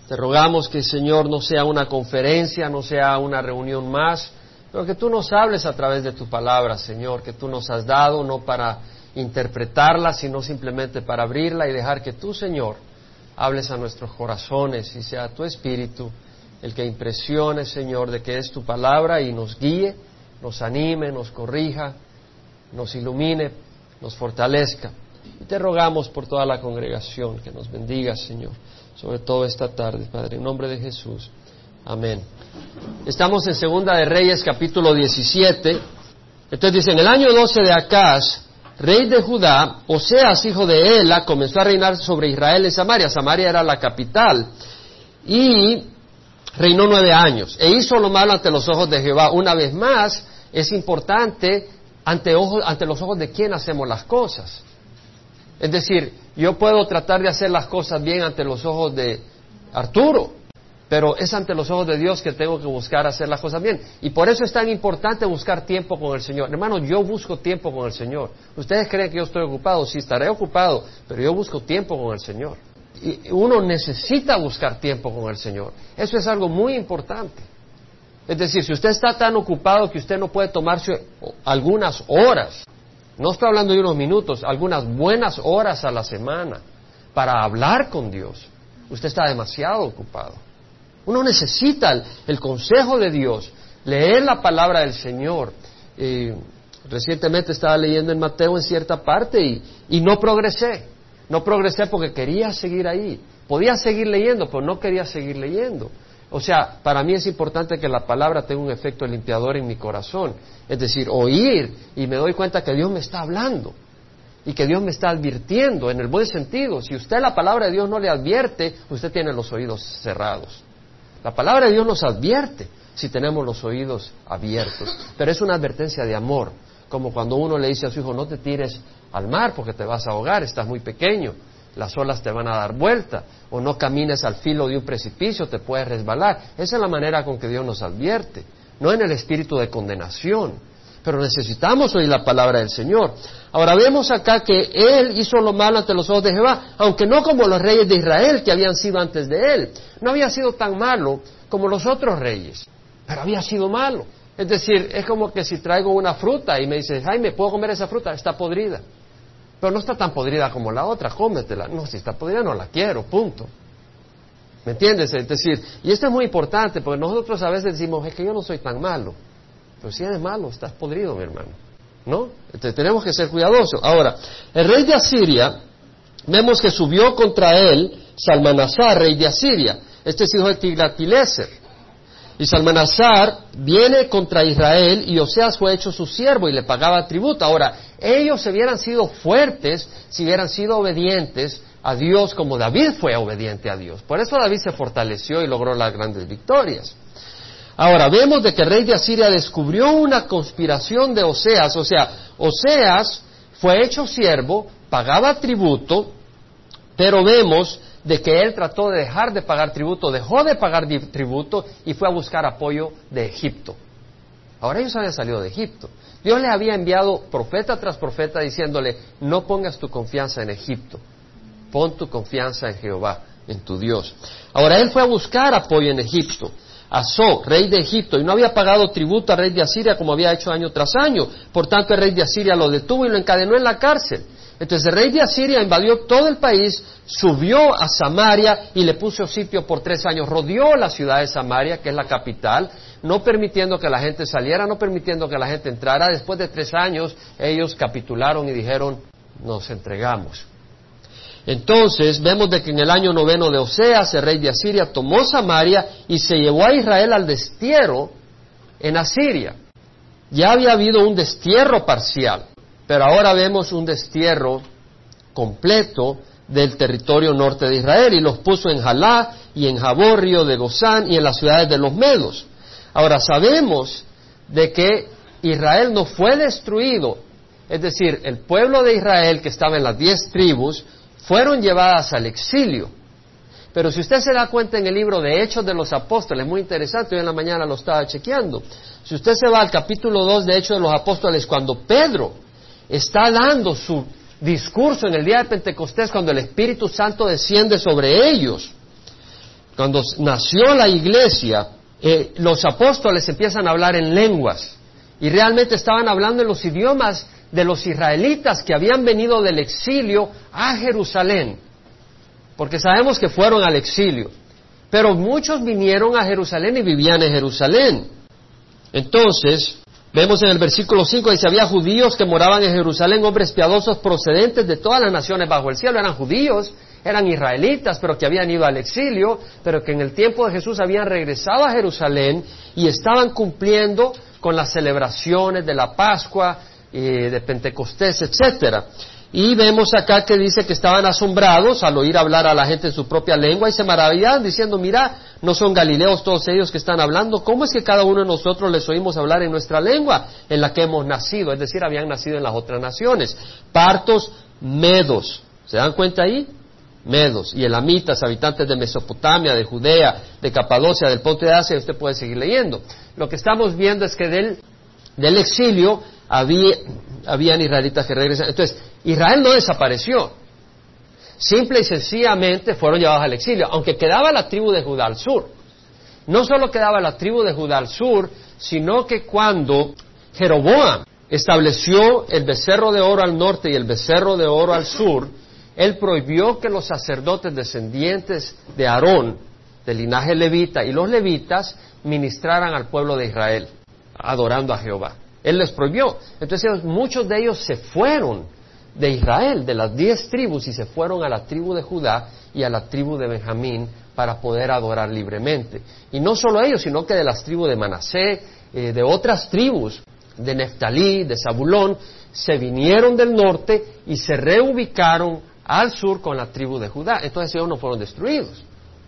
Te rogamos que, Señor, no sea una conferencia, no sea una reunión más, pero que Tú nos hables a través de Tu palabra, Señor, que Tú nos has dado, no para interpretarla, sino simplemente para abrirla y dejar que Tú, Señor, hables a nuestros corazones y sea Tu Espíritu el que impresione, Señor, de que es Tu palabra y nos guíe, nos anime, nos corrija, nos ilumine, nos fortalezca. Y Te rogamos por toda la congregación que nos bendiga, Señor, sobre todo esta tarde, Padre, en nombre de Jesús. Amén. Estamos en Segunda de Reyes, capítulo 17. Entonces dice, en el año 12 de Acaz, rey de Judá, Oseas, hijo de Ela, comenzó a reinar sobre Israel en Samaria. Samaria era la capital. Y reinó 9 años. E hizo lo malo ante los ojos de Jehová. Una vez más, es importante ante los ojos de quién hacemos las cosas. Es decir, yo puedo tratar de hacer las cosas bien ante los ojos de Arturo, pero es ante los ojos de Dios que tengo que buscar hacer las cosas bien. Y por eso es tan importante buscar tiempo con el Señor. Hermano, yo busco tiempo con el Señor. ¿Ustedes creen que yo estoy ocupado? Sí, estaré ocupado, pero yo busco tiempo con el Señor. Y uno necesita buscar tiempo con el Señor. Eso es algo muy importante. Es decir, si usted está tan ocupado que usted no puede tomarse algunas horas, no estoy hablando de unos minutos, algunas buenas horas a la semana para hablar con Dios, usted está demasiado ocupado. Uno necesita el consejo de Dios, leer la palabra del Señor. Recientemente estaba leyendo en Mateo en cierta parte y no progresé. No progresé porque quería seguir ahí. Podía seguir leyendo, pero no quería seguir leyendo. O sea, para mí es importante que la palabra tenga un efecto limpiador en mi corazón. Es decir, oír y me doy cuenta que Dios me está hablando y que Dios me está advirtiendo en el buen sentido. Si usted la palabra de Dios no le advierte, usted tiene los oídos cerrados. La palabra de Dios nos advierte si tenemos los oídos abiertos, pero es una advertencia de amor, como cuando uno le dice a su hijo, no te tires al mar porque te vas a ahogar, estás muy pequeño, las olas te van a dar vuelta, o no camines al filo de un precipicio, te puedes resbalar. Esa es la manera con que Dios nos advierte, no en el espíritu de condenación, pero necesitamos oír la palabra del Señor. Ahora vemos acá que él hizo lo malo ante los ojos de Jehová, aunque no como los reyes de Israel que habían sido antes de él. No había sido tan malo como los otros reyes, pero había sido malo. Es decir, es como que si traigo una fruta y me dices, Jaime, ¿puedo comer esa fruta? Está podrida. Pero no está tan podrida como la otra, cómetela. No, si está podrida no la quiero, punto. ¿Me entiendes? Es decir, y esto es muy importante, porque nosotros a veces decimos, es que yo no soy tan malo. Pero si eres malo, estás podrido, mi hermano. ¿No? Entonces tenemos que ser cuidadosos. Ahora, el rey de Asiria, vemos que subió contra él Salmanasar, rey de Asiria. Este es hijo de Tiglat-Pileser. Y Salmanasar viene contra Israel y Oseas fue hecho su siervo y le pagaba tributo. Ahora, ellos hubieran sido fuertes si hubieran sido obedientes a Dios como David fue obediente a Dios. Por eso David se fortaleció y logró las grandes victorias. Ahora, vemos de que el rey de Asiria descubrió una conspiración de Oseas. O sea, Oseas fue hecho siervo, pagaba tributo, pero vemos de que él trató de dejar de pagar tributo, dejó de pagar tributo y fue a buscar apoyo de Egipto. Ahora ellos habían salido de Egipto. Dios les había enviado profeta tras profeta diciéndole, no pongas tu confianza en Egipto, pon tu confianza en Jehová, en tu Dios. Ahora él fue a buscar apoyo en Egipto. Asó, rey de Egipto, y no había pagado tributo al rey de Asiria como había hecho año tras año. Por tanto, el rey de Asiria lo detuvo y lo encadenó en la cárcel. Entonces el rey de Asiria invadió todo el país, subió a Samaria y le puso sitio por 3 años. Rodeó la ciudad de Samaria, que es la capital, no permitiendo que la gente saliera, no permitiendo que la gente entrara. Después de 3 años, ellos capitularon y dijeron, nos entregamos. Entonces, vemos de que en el año 9 de Oseas, el rey de Asiria tomó Samaria y se llevó a Israel al destierro en Asiria. Ya había habido un destierro parcial, pero ahora vemos un destierro completo del territorio norte de Israel, y los puso en Jalá y en Jabor, río de Gozán, y en las ciudades de los medos. Ahora sabemos de que Israel no fue destruido, es decir, el pueblo de Israel que estaba en las 10 tribus, fueron llevadas al exilio. Pero si usted se da cuenta en el libro de Hechos de los Apóstoles, muy interesante, hoy en la mañana lo estaba chequeando. Si usted se va al capítulo 2 de Hechos de los Apóstoles, cuando Pedro está dando su discurso en el día de Pentecostés, cuando el Espíritu Santo desciende sobre ellos, Cuando nació la iglesia, los apóstoles empiezan a hablar en lenguas y realmente estaban hablando en los idiomas de los israelitas que habían venido del exilio a Jerusalén, porque sabemos que fueron al exilio, pero muchos vinieron a Jerusalén y vivían en Jerusalén. Entonces, vemos en el versículo 5, dice, había judíos que moraban en Jerusalén, hombres piadosos procedentes de todas las naciones bajo el cielo. Eran judíos, eran israelitas, pero que habían ido al exilio, pero que en el tiempo de Jesús habían regresado a Jerusalén y estaban cumpliendo con las celebraciones de la Pascua, de Pentecostés, etcétera. Y vemos acá que dice que estaban asombrados al oír hablar a la gente en su propia lengua y se maravillaban diciendo, mira, ¿no son galileos todos ellos que están hablando? ¿Cómo es que cada uno de nosotros les oímos hablar en nuestra lengua en la que hemos nacido? Es decir, habían nacido en las otras naciones. Partos, medos. ¿Se dan cuenta ahí? Medos y elamitas, habitantes de Mesopotamia, de Judea, de Capadocia, del Ponto de Asia. Usted puede seguir leyendo. Lo que estamos viendo es que del exilio habían israelitas que regresan. Entonces, Israel no desapareció. Simple y sencillamente fueron llevados al exilio, aunque quedaba la tribu de Judá al sur. No solo quedaba la tribu de Judá al sur, sino que cuando Jeroboam estableció el becerro de oro al norte y el becerro de oro al sur, él prohibió que los sacerdotes descendientes de Aarón, del linaje levita, y los levitas ministraran al pueblo de Israel, adorando a Jehová. Él les prohibió. Entonces muchos de ellos se fueron de Israel, de las 10 tribus, y se fueron a la tribu de Judá y a la tribu de Benjamín para poder adorar libremente. Y no solo ellos, sino que de las tribus de Manasés, de otras tribus, de Neftalí, de Zabulón, se vinieron del norte y se reubicaron al sur con la tribu de Judá. Entonces ellos no fueron destruidos.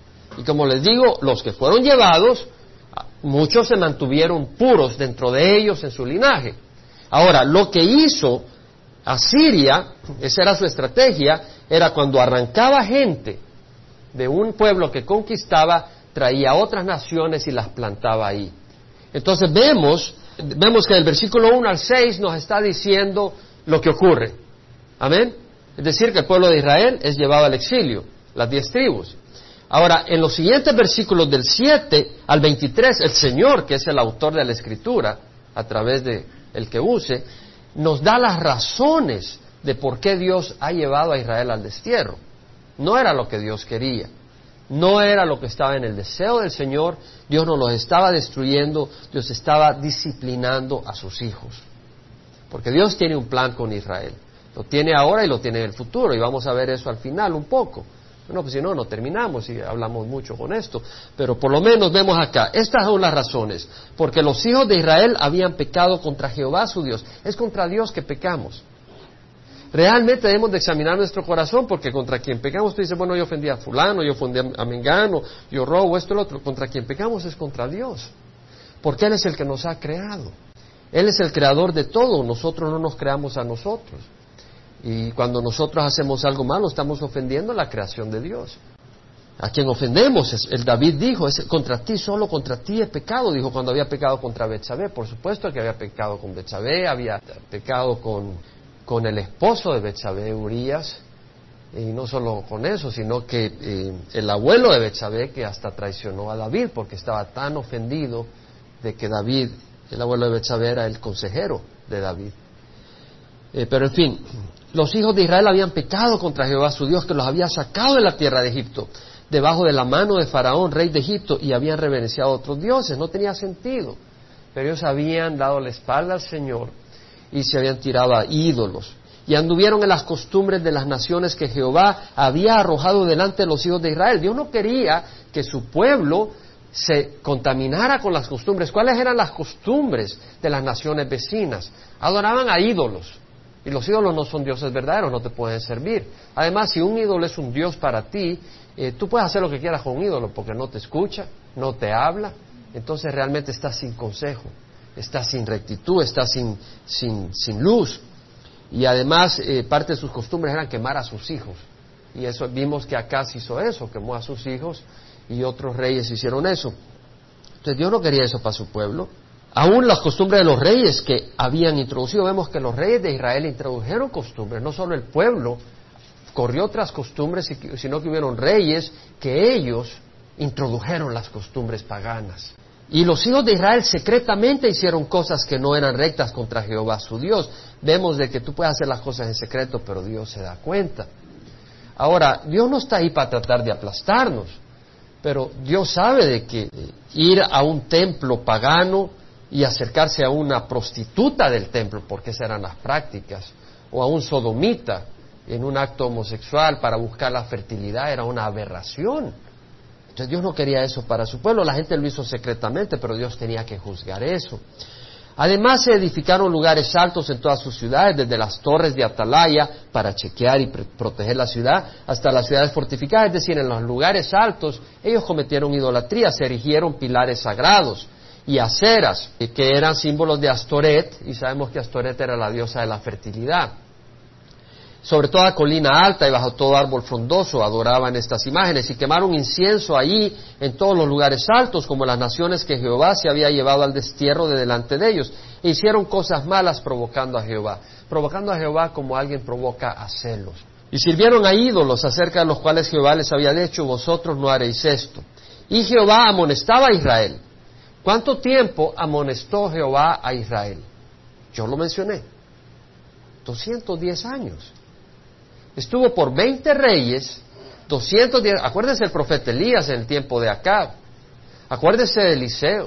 Y como les digo, los que fueron llevados, muchos se mantuvieron puros dentro de ellos en su linaje. Ahora, lo que hizo Asiria, esa era su estrategia, era cuando arrancaba gente de un pueblo que conquistaba, traía otras naciones y las plantaba ahí. Entonces vemos que del versículo 1 al 6 nos está diciendo lo que ocurre. Amén. Es decir, que el pueblo de Israel es llevado al exilio, las 10 tribus. Ahora, en los siguientes versículos del 7 al 23, el Señor, que es el autor de la Escritura, a través de el que use, nos da las razones de por qué Dios ha llevado a Israel al destierro. No era lo que Dios quería, no era lo que estaba en el deseo del Señor. Dios no los estaba destruyendo, Dios estaba disciplinando a sus hijos. Porque Dios tiene un plan con Israel, lo tiene ahora y lo tiene en el futuro, y vamos a ver eso al final un poco. Bueno, pues si no, no terminamos y hablamos mucho con esto. Pero por lo menos vemos acá, estas son las razones. Porque los hijos de Israel habían pecado contra Jehová su Dios. Es contra Dios que pecamos. Realmente debemos de examinar nuestro corazón, porque contra quien pecamos, tú dices, bueno, yo ofendí a fulano, yo ofendí a mengano, yo robo esto y lo otro. Contra quien pecamos es contra Dios. Porque Él es el que nos ha creado. Él es el creador de todo, nosotros no nos creamos a nosotros. Y cuando nosotros hacemos algo malo, estamos ofendiendo la creación de Dios. A quien ofendemos, el David dijo, es contra ti, solo contra ti he pecado, dijo cuando había pecado contra Betsabé. Por supuesto que había pecado con Betsabé, había pecado con el esposo de Betsabé, Urías, y no solo con eso, sino que el abuelo de Betsabé, que hasta traicionó a David, porque estaba tan ofendido de que David, el abuelo de Betsabé, era el consejero de David. Pero en fin, los hijos de Israel habían pecado contra Jehová su Dios, que los había sacado de la tierra de Egipto, debajo de la mano de Faraón, rey de Egipto, y habían reverenciado a otros dioses. No tenía sentido, pero ellos habían dado la espalda al Señor y se habían tirado a ídolos, y anduvieron en las costumbres de las naciones que Jehová había arrojado delante de los hijos de Israel. Dios no quería que su pueblo se contaminara con las costumbres. ¿Cuáles eran las costumbres de las naciones vecinas? Adoraban a ídolos. Y los ídolos no son dioses verdaderos, no te pueden servir. Además, si un ídolo es un dios para ti, tú puedes hacer lo que quieras con un ídolo, porque no te escucha, no te habla. Entonces realmente estás sin consejo, estás sin rectitud, estás sin luz. Y además, parte de sus costumbres eran quemar a sus hijos. Y eso vimos que Acaz hizo eso, quemó a sus hijos, y otros reyes hicieron eso. Entonces Dios no quería eso para su pueblo. Aún las costumbres de los reyes que habían introducido, vemos que los reyes de Israel introdujeron costumbres, no solo el pueblo corrió otras costumbres, sino que hubieron reyes que ellos introdujeron las costumbres paganas. Y los hijos de Israel secretamente hicieron cosas que no eran rectas contra Jehová su Dios. Vemos de que tú puedes hacer las cosas en secreto, pero Dios se da cuenta. Ahora, Dios no está ahí para tratar de aplastarnos, pero Dios sabe de que ir a un templo pagano y acercarse a una prostituta del templo, porque esas eran las prácticas, o a un sodomita en un acto homosexual para buscar la fertilidad, era una aberración. Entonces Dios no quería eso para su pueblo, la gente lo hizo secretamente, pero Dios tenía que juzgar eso. Además se edificaron lugares altos en todas sus ciudades, desde las torres de atalaya para chequear y proteger la ciudad, hasta las ciudades fortificadas, es decir, en los lugares altos ellos cometieron idolatría, se erigieron pilares sagrados y aceras, que eran símbolos de Astoret, y sabemos que Astoret era la diosa de la fertilidad. Sobre toda colina alta y bajo todo árbol frondoso adoraban estas imágenes y quemaron incienso allí en todos los lugares altos, como las naciones que Jehová se había llevado al destierro de delante de ellos. E hicieron cosas malas provocando a Jehová como alguien provoca a celos. Y sirvieron a ídolos acerca de los cuales Jehová les había dicho, vosotros no haréis esto. Y Jehová amonestaba a Israel. ¿Cuánto tiempo amonestó Jehová a Israel? Yo lo mencioné. 210 años. Estuvo por 20 reyes, 210, acuérdense del profeta Elías en el tiempo de Acab, acuérdense de Eliseo,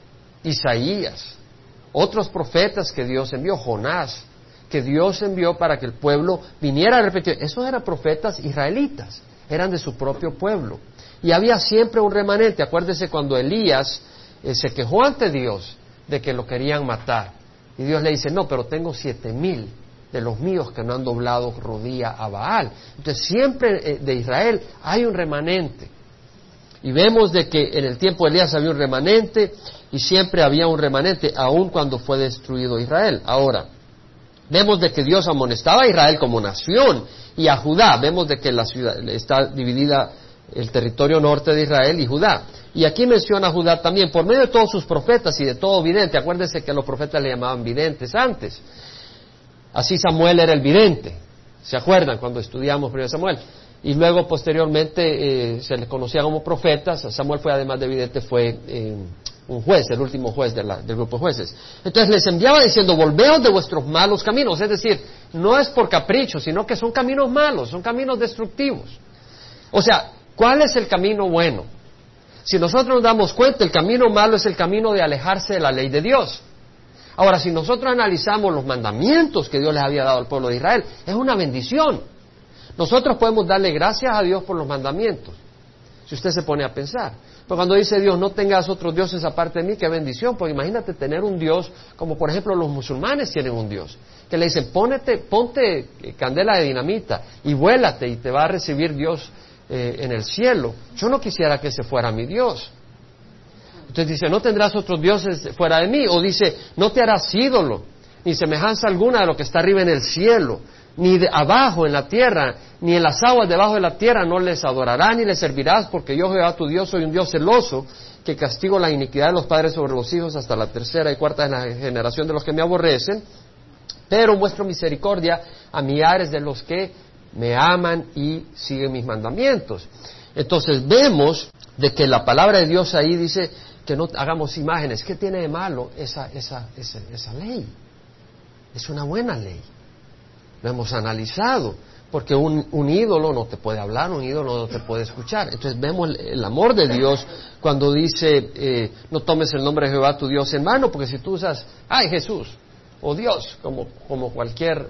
Isaías, otros profetas que Dios envió, Jonás, que Dios envió para que el pueblo viniera a arrepentir. Esos eran profetas israelitas, eran de su propio pueblo. Y había siempre un remanente. Acuérdense cuando Elías se quejó ante Dios de que lo querían matar. Y Dios le dice, no, pero tengo 7,000 de los míos que no han doblado rodilla a Baal. Entonces siempre de Israel hay un remanente. Y vemos de que en el tiempo de Elías había un remanente y siempre había un remanente, aun cuando fue destruido Israel. Ahora, vemos de que Dios amonestaba a Israel como nación y a Judá. Vemos de que la ciudad está dividida el territorio norte de Israel y Judá. Y aquí menciona a Judá también, por medio de todos sus profetas y de todo vidente. Acuérdense que a los profetas le llamaban videntes antes. Así Samuel era el vidente, ¿se acuerdan cuando estudiamos primero Samuel? Y luego posteriormente se les conocía como profetas. Samuel fue además de vidente, fue un juez, el último juez del grupo de jueces. Entonces les enviaba diciendo, volveos de vuestros malos caminos, es decir, no es por capricho, sino que son caminos malos, son caminos destructivos. O sea, ¿cuál es el camino bueno? Si nosotros nos damos cuenta, el camino malo es el camino de alejarse de la ley de Dios. Ahora, si nosotros analizamos los mandamientos que Dios les había dado al pueblo de Israel, es una bendición. Nosotros podemos darle gracias a Dios por los mandamientos, si usted se pone a pensar. Pero cuando dice Dios, no tengas otros dioses aparte de mí, qué bendición, porque imagínate tener un Dios, como por ejemplo los musulmanes tienen un Dios, que le dicen, ponte candela de dinamita y vuélate y te va a recibir Dios en el cielo. Yo no quisiera que ese fuera mi Dios. Entonces dice, no tendrás otros dioses fuera de mí. O dice, no te harás ídolo, ni semejanza alguna de lo que está arriba en el cielo, ni de abajo en la tierra, ni en las aguas debajo de la tierra. No les adorarás ni les servirás, porque yo, Jehová tu Dios, soy un Dios celoso, que castigo la iniquidad de los padres sobre los hijos hasta la tercera y cuarta generación de los que me aborrecen, pero muestro misericordia a millares de los que me aman y siguen mis mandamientos. Entonces vemos de que la palabra de Dios ahí dice que no hagamos imágenes. ¿Qué tiene de malo esa ley? Es una buena ley. Lo hemos analizado, porque un ídolo no te puede hablar, un ídolo no te puede escuchar. Entonces vemos el amor de Dios cuando dice, no tomes el nombre de Jehová tu Dios en vano, porque si tú usas, ay Jesús, o Dios, como cualquier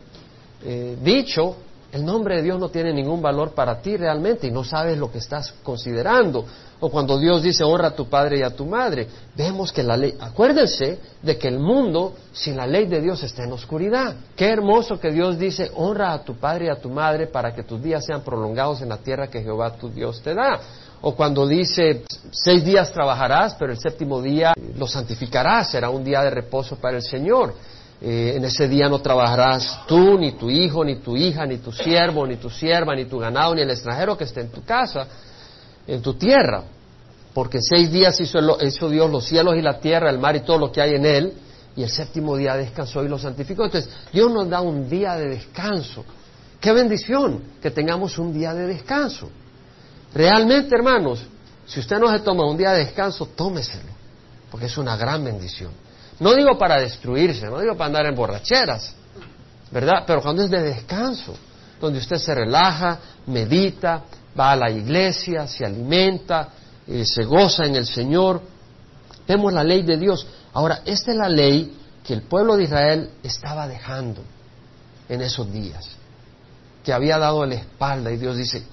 dicho, el nombre de Dios no tiene ningún valor para ti realmente y no sabes lo que estás considerando. O cuando Dios dice, honra a tu padre y a tu madre, vemos que la ley, acuérdense de que el mundo sin la ley de Dios está en oscuridad. Qué hermoso que Dios dice, honra a tu padre y a tu madre para que tus días sean prolongados en la tierra que Jehová tu Dios te da. O cuando dice, 6 días trabajarás, pero el 7º día lo santificarás, será un día de reposo para el Señor. En ese día no trabajarás tú, ni tu hijo, ni tu hija, ni tu siervo, ni tu sierva, ni tu ganado, ni el extranjero que esté en tu casa, en tu tierra. Porque 6 días hizo Dios los cielos y la tierra, el mar y todo lo que hay en él, y el 7º día descansó y lo santificó. Entonces, Dios nos da un día de descanso. ¡Qué bendición que tengamos un día de descanso! Realmente, hermanos, Si usted no se toma un día de descanso, tómeselo, porque es una gran bendición. No digo para destruirse, no digo para andar en borracheras, ¿verdad? Pero cuando es de descanso, donde usted se relaja, medita, va a la iglesia, se alimenta, se goza en el Señor. Vemos la ley de Dios. Ahora, esta es la ley que el pueblo de Israel estaba dejando en esos días, que había dado la espalda, y Dios dice,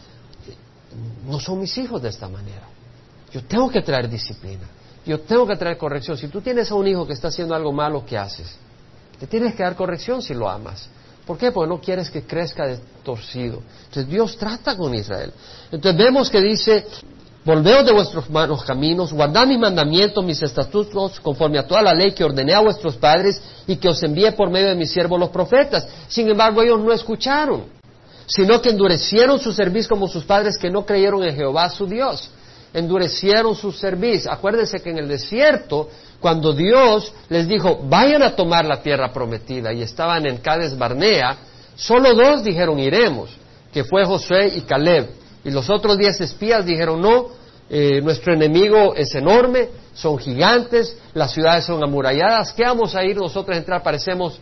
no son mis hijos de esta manera. Yo tengo que traer disciplina, yo tengo que traer corrección. Si tú tienes a un hijo que está haciendo algo malo, ¿qué haces? Te tienes que dar corrección si lo amas. ¿Por qué? Porque no quieres que crezca torcido. Entonces Dios trata con Israel. Entonces vemos que dice, volveos de vuestros malos caminos, guardad mis mandamientos, mis estatutos, conforme a toda la ley que ordené a vuestros padres y que os envié por medio de mis siervos los profetas. Sin embargo, ellos no escucharon, sino que endurecieron su cerviz como sus padres que no creyeron en Jehová su Dios. Endurecieron su cerviz. Acuérdense que en el desierto, cuando Dios les dijo, vayan a tomar la tierra prometida, y estaban en Cades Barnea, solo 2 dijeron, iremos, que fue Josué y Caleb. Y los otros 10 espías dijeron, no, nuestro enemigo es enorme, son gigantes, las ciudades son amuralladas, ¿qué vamos a ir nosotros a entrar? Parecemos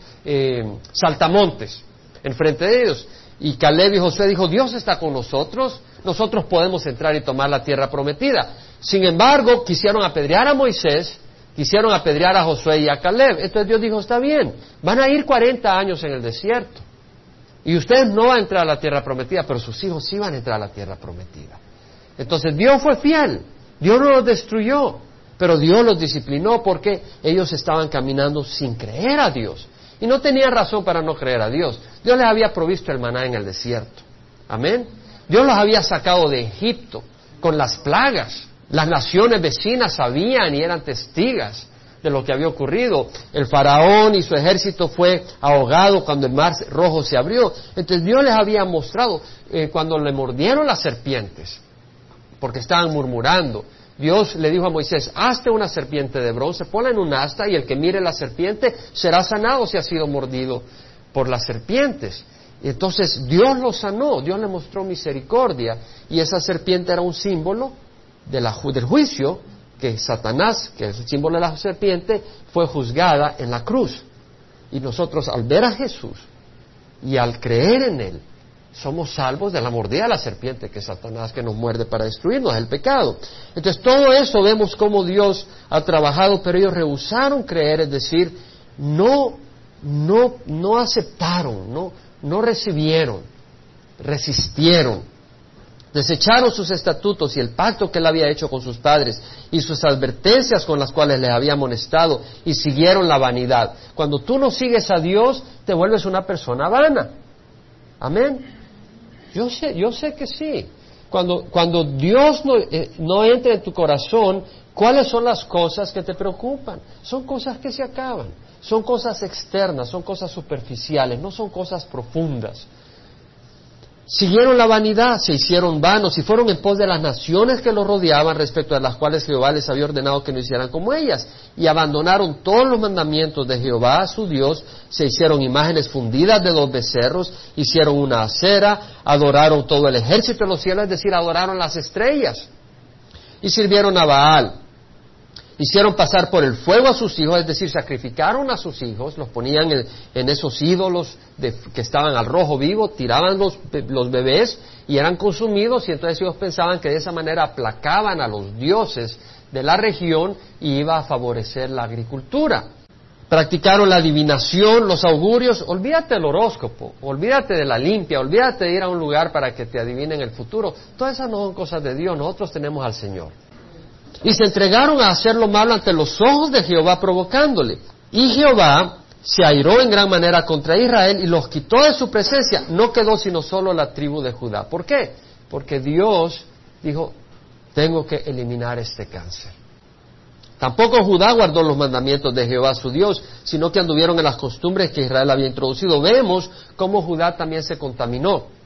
saltamontes enfrente de ellos. Y Caleb y Josué dijo, Dios está con nosotros, nosotros podemos entrar y tomar la tierra prometida. Sin embargo, quisieron apedrear a Moisés, quisieron apedrear a Josué y a Caleb. Entonces Dios dijo, está bien, van a ir 40 años en el desierto. Y ustedes no van a entrar a la tierra prometida, pero sus hijos sí van a entrar a la tierra prometida. Entonces Dios fue fiel, Dios no los destruyó, pero Dios los disciplinó porque ellos estaban caminando sin creer a Dios. Y no tenían razón para no creer a Dios. Dios les había provisto el maná en el desierto. Amén. Dios los había sacado de Egipto con las plagas. Las naciones vecinas sabían y eran testigas de lo que había ocurrido. El faraón y su ejército fue ahogado cuando el mar rojo se abrió. Entonces Dios les había mostrado, cuando le mordieron las serpientes, porque estaban murmurando, Dios le dijo a Moisés, hazte una serpiente de bronce, ponla en un asta, y el que mire la serpiente será sanado si ha sido mordido por las serpientes. Y entonces Dios lo sanó, Dios le mostró misericordia, y esa serpiente era un símbolo del juicio, que Satanás, que es el símbolo de la serpiente, fue juzgada en la cruz. Y nosotros, al ver a Jesús y al creer en Él, somos salvos de la mordida de la serpiente, que es Satanás, que nos muerde para destruirnos, es el pecado. Entonces todo eso vemos cómo Dios ha trabajado, pero ellos rehusaron creer, es decir, no aceptaron, no recibieron, resistieron. Desecharon sus estatutos y el pacto que él había hecho con sus padres y sus advertencias con las cuales les había amonestado, y siguieron la vanidad. Cuando tú no sigues a Dios, te vuelves una persona vana. Amén. Yo sé que sí. Cuando Dios no entra en tu corazón, ¿cuáles son las cosas que te preocupan? Son cosas que se acaban, son cosas externas, son cosas superficiales, no son cosas profundas. Siguieron la vanidad, se hicieron vanos y fueron en pos de las naciones que los rodeaban, respecto a las cuales Jehová les había ordenado que no hicieran como ellas, y abandonaron todos los mandamientos de Jehová su Dios, se hicieron imágenes fundidas de 2 becerros, hicieron una acera, adoraron todo el ejército de los cielos, es decir, adoraron las estrellas, y sirvieron a Baal. Hicieron pasar por el fuego a sus hijos, es decir, sacrificaron a sus hijos, los ponían en esos ídolos que estaban al rojo vivo, tiraban los bebés y eran consumidos, y entonces ellos pensaban que de esa manera aplacaban a los dioses de la región y iba a favorecer la agricultura. Practicaron la adivinación, los augurios. Olvídate del horóscopo, olvídate de la limpia, olvídate de ir a un lugar para que te adivinen el futuro. Todas esas no son cosas de Dios, nosotros tenemos al Señor. Y se entregaron a hacer lo malo ante los ojos de Jehová, provocándole. Y Jehová se airó en gran manera contra Israel y los quitó de su presencia. No quedó sino solo la tribu de Judá. ¿Por qué? Porque Dios dijo, tengo que eliminar este cáncer. Tampoco Judá guardó los mandamientos de Jehová su Dios, sino que anduvieron en las costumbres que Israel había introducido. Vemos cómo Judá también se contaminó.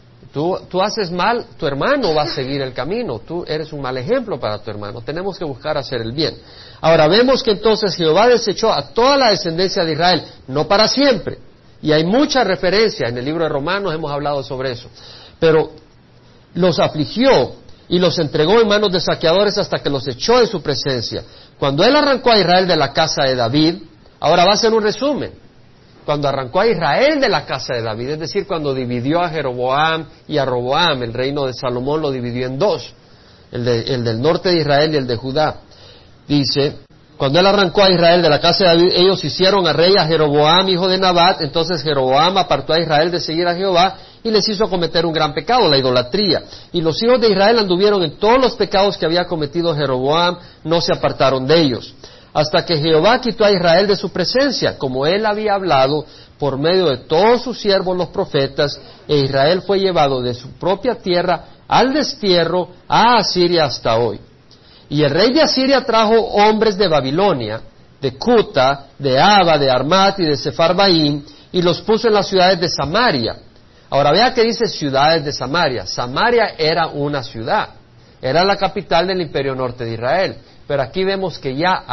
Tú haces mal, tu hermano va a seguir el camino. Tú eres un mal ejemplo para tu hermano. Tenemos que buscar hacer el bien. Ahora vemos que entonces Jehová desechó a toda la descendencia de Israel, no para siempre. Y hay mucha referencia en el libro de Romanos, hemos hablado sobre eso. Pero los afligió y los entregó en manos de saqueadores hasta que los echó de su presencia. Cuando él arrancó a Israel de la casa de David, ahora va a hacer un resumen. Cuando arrancó a Israel de la casa de David, es decir, cuando dividió a Jeroboam y a Roboam, el reino de Salomón lo dividió en dos, el del norte de Israel y el de Judá. Dice, cuando él arrancó a Israel de la casa de David, ellos hicieron a rey a Jeroboam, hijo de Nabat. Entonces Jeroboam apartó a Israel de seguir a Jehová y les hizo cometer un gran pecado, la idolatría. Y los hijos de Israel anduvieron en todos los pecados que había cometido Jeroboam, no se apartaron de ellos. Hasta que Jehová quitó a Israel de su presencia, como él había hablado por medio de todos sus siervos los profetas, e Israel fue llevado de su propia tierra al destierro a Asiria hasta hoy. Y el rey de Asiria trajo hombres de Babilonia, de Cuta, de Aba, de Armat y de Sefarbaim, y los puso en las ciudades de Samaria. Ahora vea que dice ciudades de Samaria. Samaria era una ciudad, era la capital del imperio norte de Israel. Pero aquí vemos que ya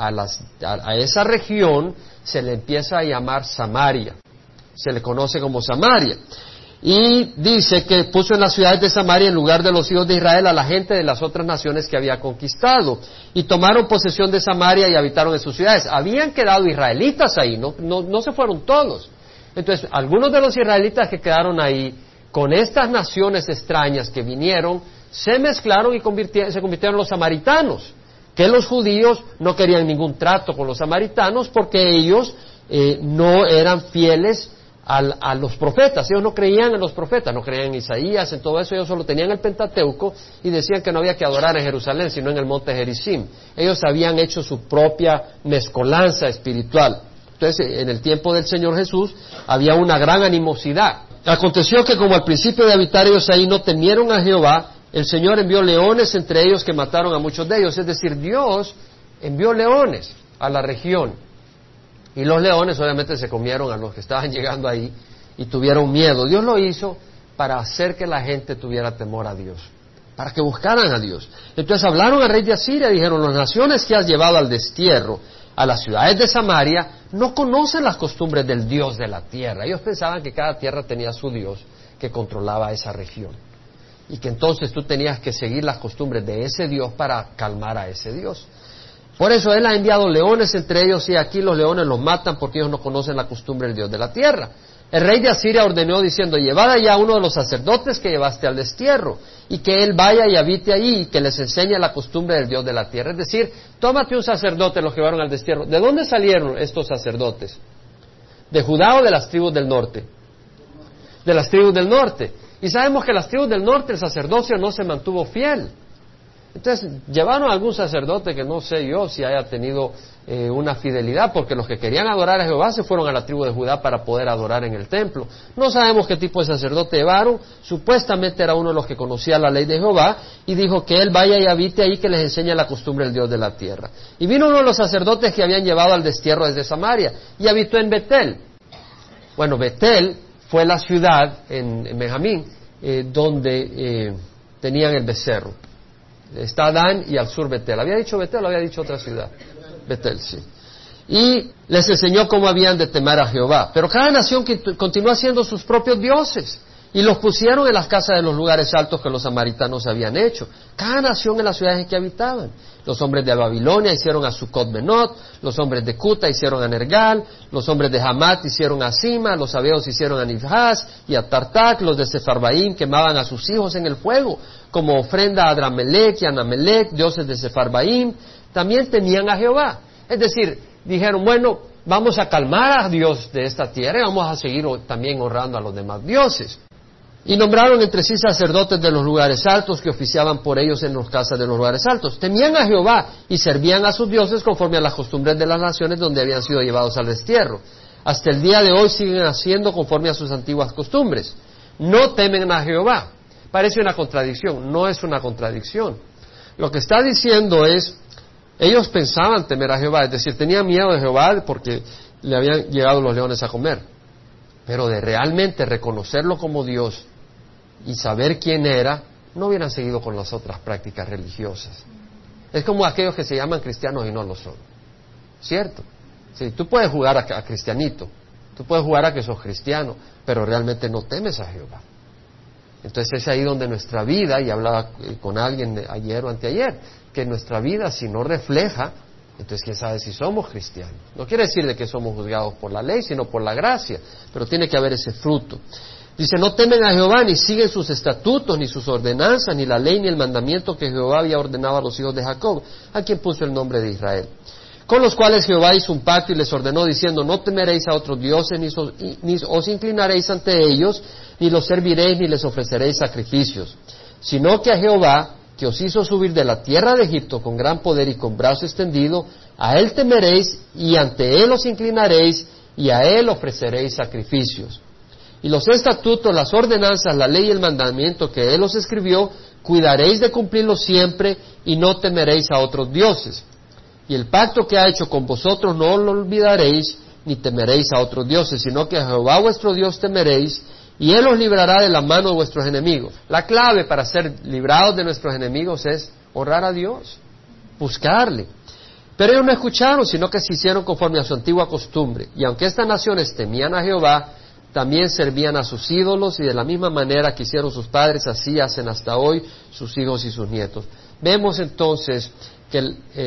a esa región se le empieza a llamar Samaria, se le conoce como Samaria. Y dice que puso en las ciudades de Samaria en lugar de los hijos de Israel a la gente de las otras naciones que había conquistado. Y tomaron posesión de Samaria y habitaron en sus ciudades. Habían quedado israelitas ahí, no se fueron todos. Entonces, algunos de los israelitas que quedaron ahí, con estas naciones extrañas que vinieron, se mezclaron y se convirtieron en los samaritanos. Que los judíos no querían ningún trato con los samaritanos porque ellos no eran fieles a los profetas. Ellos no creían en los profetas, no creían en Isaías, en todo eso. Ellos solo tenían el Pentateuco y decían que no había que adorar en Jerusalén, sino en el monte Gerizim. Ellos habían hecho su propia mezcolanza espiritual. Entonces, en el tiempo del Señor Jesús había una gran animosidad. Aconteció que como al principio de habitar ellos ahí no temieron a Jehová, el Señor envió leones entre ellos que mataron a muchos de ellos. Es decir, Dios envió leones a la región. Y los leones obviamente se comieron a los que estaban llegando ahí y tuvieron miedo. Dios lo hizo para hacer que la gente tuviera temor a Dios, para que buscaran a Dios. Entonces hablaron al rey de Asiria y dijeron, las naciones que has llevado al destierro, a las ciudades de Samaria, no conocen las costumbres del Dios de la tierra. Ellos pensaban que cada tierra tenía su Dios que controlaba esa región. Y que entonces tú tenías que seguir las costumbres de ese Dios para calmar a ese Dios. Por eso Él ha enviado leones entre ellos y aquí los leones los matan porque ellos no conocen la costumbre del Dios de la tierra. El rey de Asiria ordenó diciendo, llevad allá a uno de los sacerdotes que llevaste al destierro y que él vaya y habite allí y que les enseñe la costumbre del Dios de la tierra. Es decir, tómate un sacerdote, los que llevaron al destierro. ¿De dónde salieron estos sacerdotes? ¿De Judá o de las tribus del norte? De las tribus del norte. Y sabemos que las tribus del norte el sacerdocio no se mantuvo fiel. Entonces, llevaron a algún sacerdote que no sé yo si haya tenido una fidelidad, porque los que querían adorar a Jehová se fueron a la tribu de Judá para poder adorar en el templo. No sabemos qué tipo de sacerdote llevaron, supuestamente era uno de los que conocía la ley de Jehová, y dijo que él vaya y habite ahí, que les enseñe la costumbre del Dios de la tierra. Y vino uno de los sacerdotes que habían llevado al destierro desde Samaria, y habitó en Betel. Bueno, Betel fue la ciudad en Benjamín, donde tenían el becerro. Está Dan y al sur Betel. ¿Había dicho Betel o había dicho otra ciudad? Betel, sí. Y les enseñó cómo habían de temer a Jehová. Pero cada nación continuó haciendo sus propios dioses y los pusieron en las casas de los lugares altos que los samaritanos habían hecho. Cada nación en las ciudades en que habitaban. Los hombres de Babilonia hicieron a Sucot-Benot, los hombres de Cuta hicieron a Nergal, los hombres de Hamat hicieron a Sima, los sabeos hicieron a Nibhaz y a Tartak, los de Sefarbaim quemaban a sus hijos en el fuego, como ofrenda a Adramelech y a Anamelech, dioses de Sefarbaim. También temían a Jehová. Es decir, dijeron, bueno, vamos a calmar a Dios de esta tierra y vamos a seguir también honrando a los demás dioses. Y nombraron entre sí sacerdotes de los lugares altos que oficiaban por ellos en las casas de los lugares altos. Temían a Jehová y servían a sus dioses conforme a las costumbres de las naciones donde habían sido llevados al destierro. Hasta el día de hoy siguen haciendo conforme a sus antiguas costumbres. No temen a Jehová. Parece una contradicción, no es una contradicción. Lo que está diciendo es, ellos pensaban temer a Jehová, es decir, tenían miedo de Jehová porque le habían llegado los leones a comer. Pero de realmente reconocerlo como Dios y saber quién era, no hubieran seguido con las otras prácticas religiosas. Es como aquellos que se llaman cristianos y no lo son. ¿Cierto? Sí, tú puedes jugar a cristianito, tú puedes jugar a que sos cristiano, pero realmente no temes a Jehová. Entonces es ahí donde nuestra vida, y hablaba con alguien ayer o anteayer, que nuestra vida si no refleja, entonces quién sabe si somos cristianos. No quiere decir de que somos juzgados por la ley, sino por la gracia, pero tiene que haber ese fruto. Dice, no temen a Jehová, ni siguen sus estatutos, ni sus ordenanzas, ni la ley, ni el mandamiento que Jehová había ordenado a los hijos de Jacob, a quien puso el nombre de Israel. Con los cuales Jehová hizo un pacto y les ordenó, diciendo, no temeréis a otros dioses, ni os inclinaréis ante ellos, ni los serviréis, ni les ofreceréis sacrificios, sino que a Jehová, que os hizo subir de la tierra de Egipto con gran poder y con brazo extendido, a él temeréis, y ante él os inclinaréis, y a él ofreceréis sacrificios. Y los estatutos, las ordenanzas, la ley y el mandamiento que él os escribió, cuidaréis de cumplirlos siempre, y no temeréis a otros dioses. Y el pacto que ha hecho con vosotros no lo olvidaréis, ni temeréis a otros dioses, sino que a Jehová vuestro Dios temeréis, y él os librará de la mano de vuestros enemigos. La clave para ser librados de nuestros enemigos es honrar a Dios, buscarle. Pero ellos no escucharon, sino que se hicieron conforme a su antigua costumbre. Y aunque estas naciones temían a Jehová, también servían a sus ídolos, y de la misma manera que hicieron sus padres, así hacen hasta hoy sus hijos y sus nietos. Vemos entonces que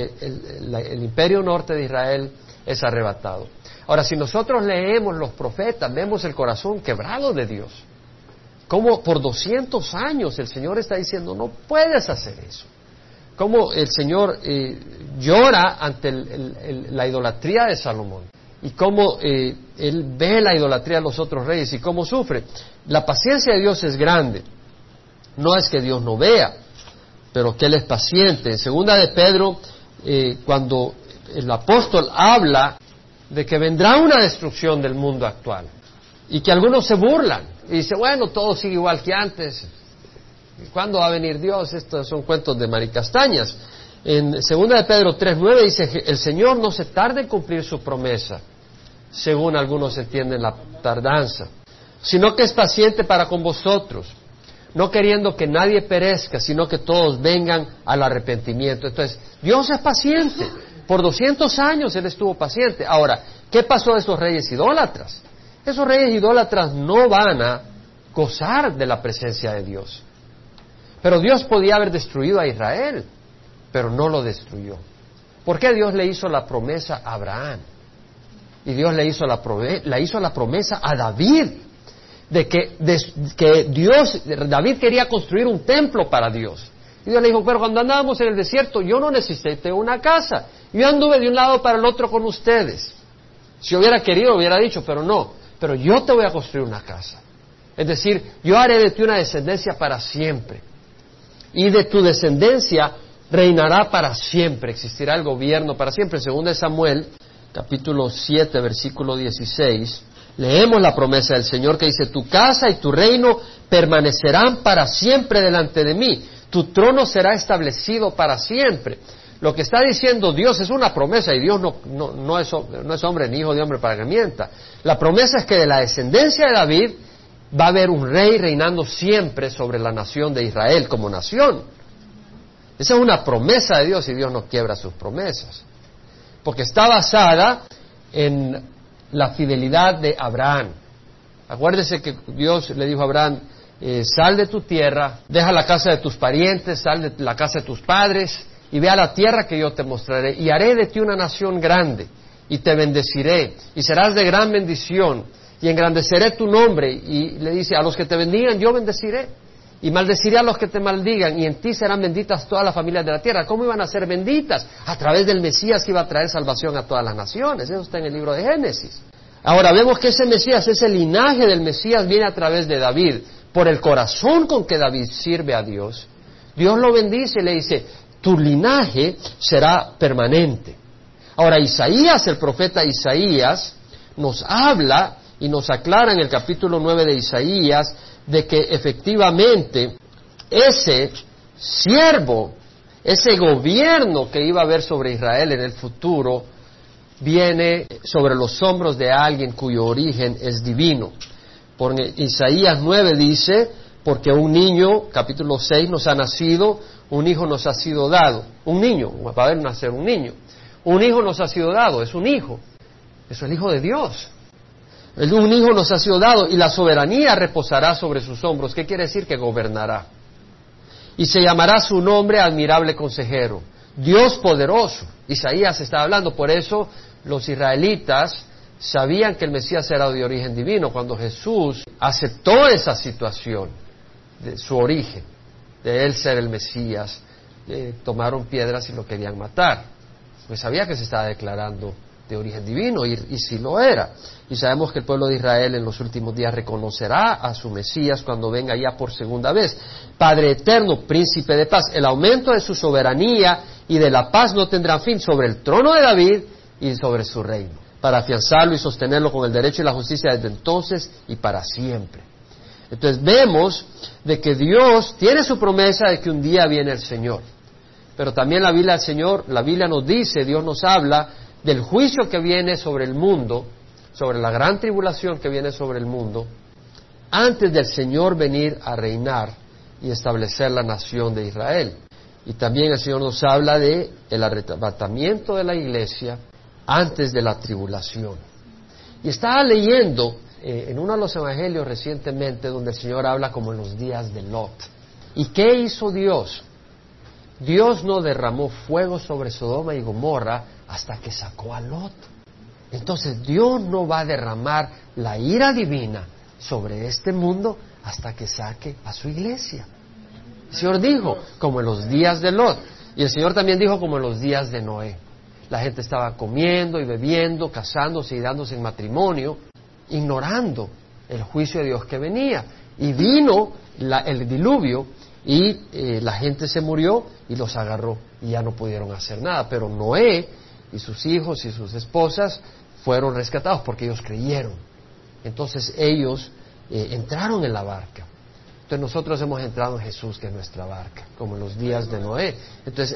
el imperio norte de Israel es arrebatado. Ahora, si nosotros leemos los profetas, vemos el corazón quebrado de Dios. Como por 200 años el Señor está diciendo, no puedes hacer eso. Como el Señor llora ante la idolatría de Salomón. Y cómo Él ve la idolatría de los otros reyes y cómo sufre. La paciencia de Dios es grande. No es que Dios no vea, pero que Él es paciente. En segunda de Pedro, cuando el apóstol habla de que vendrá una destrucción del mundo actual y que algunos se burlan y dicen, bueno, todo sigue igual que antes. ¿Cuándo va a venir Dios? Estos son cuentos de maricastañas. En segunda de Pedro 3:9 dice, el Señor no se tarda en cumplir su promesa, según algunos entienden la tardanza, sino que es paciente para con vosotros, no queriendo que nadie perezca, sino que todos vengan al arrepentimiento. Entonces, Dios es paciente. Por 200 años Él estuvo paciente. Ahora, ¿qué pasó a esos reyes idólatras? Esos reyes idólatras no van a gozar de la presencia de Dios. Pero Dios podía haber destruido a Israel, pero no lo destruyó. ¿Por qué Dios le hizo la promesa a Abraham? Y Dios le hizo la promesa a David, de que David quería construir un templo para Dios. Y Dios le dijo, pero cuando andábamos en el desierto, yo no necesité una casa. Yo anduve de un lado para el otro con ustedes. Si hubiera querido, hubiera dicho, pero no. Pero yo te voy a construir una casa. Es decir, yo haré de ti una descendencia para siempre. Y de tu descendencia reinará para siempre. Existirá el gobierno para siempre. Según de Samuel, capítulo 7, versículo 16, leemos la promesa del Señor que dice, tu casa y tu reino permanecerán para siempre delante de mí. Tu trono será establecido para siempre. Lo que está diciendo Dios es una promesa, y Dios no es hombre ni hijo de hombre para que mienta. La promesa es que de la descendencia de David va a haber un rey reinando siempre sobre la nación de Israel como nación. Esa es una promesa de Dios, y Dios no quiebra sus promesas, porque está basada en la fidelidad de Abraham. Acuérdese que Dios le dijo a Abraham, sal de tu tierra, deja la casa de tus parientes, sal de la casa de tus padres y ve a la tierra que yo te mostraré, y haré de ti una nación grande, y te bendeciré, y serás de gran bendición, y engrandeceré tu nombre. Y le dice, a los que te bendigan yo bendeciré, y maldeciré a los que te maldigan, y en ti serán benditas todas las familias de la tierra. ¿Cómo iban a ser benditas? A través del Mesías que iba a traer salvación a todas las naciones. Eso está en el libro de Génesis. Ahora vemos que ese Mesías, ese linaje del Mesías viene a través de David. Por el corazón con que David sirve a Dios, Dios lo bendice y le dice, tu linaje será permanente. Ahora Isaías, el profeta Isaías, nos habla y nos aclara en el capítulo 9 de Isaías de que efectivamente ese siervo, ese gobierno que iba a haber sobre Israel en el futuro, viene sobre los hombros de alguien cuyo origen es divino. Por Isaías 9 dice, porque un niño, capítulo 6, nos ha nacido, un hijo nos ha sido dado. Un niño, va a haber nacer un niño. Un hijo nos ha sido dado, es un hijo. Es el Hijo de Dios. Un hijo nos ha sido dado y la soberanía reposará sobre sus hombros. ¿Qué quiere decir? Que gobernará. Y se llamará su nombre admirable consejero, Dios poderoso. Isaías está hablando, por eso los israelitas sabían que el Mesías era de origen divino. Cuando Jesús aceptó esa situación de su origen, de él ser el Mesías, tomaron piedras y lo querían matar, pues sabía que se estaba declarando de origen divino, y sí lo era. Y sabemos que el pueblo de Israel en los últimos días reconocerá a su Mesías cuando venga ya por segunda vez. Padre eterno, príncipe de paz. El aumento de su soberanía y de la paz no tendrá fin sobre el trono de David y sobre su reino, para afianzarlo y sostenerlo con el derecho y la justicia desde entonces y para siempre. Entonces vemos de que Dios tiene su promesa de que un día viene el Señor. Pero también la Biblia nos dice, Dios nos habla del juicio que viene sobre el mundo, sobre la gran tribulación que viene sobre el mundo, antes del Señor venir a reinar y establecer la nación de Israel. Y también el Señor nos habla de el arrebatamiento de la iglesia antes de la tribulación. Y estaba leyendo en uno de los evangelios recientemente donde el Señor habla como en los días de Lot. ¿Y qué hizo Dios? Dios no derramó fuego sobre Sodoma y Gomorra hasta que sacó a Lot. Entonces Dios no va a derramar la ira divina sobre este mundo hasta que saque a su iglesia. El Señor dijo, como en los días de Lot. Y el Señor también dijo, como en los días de Noé. La gente estaba comiendo y bebiendo, casándose y dándose en matrimonio, ignorando el juicio de Dios que venía. Y vino el diluvio y la gente se murió y los agarró y ya no pudieron hacer nada. Pero Noé y sus hijos y sus esposas fueron rescatados porque ellos creyeron. Entonces ellos entraron en la barca. Entonces nosotros hemos entrado en Jesús, que es nuestra barca, como en los días de Noé. Entonces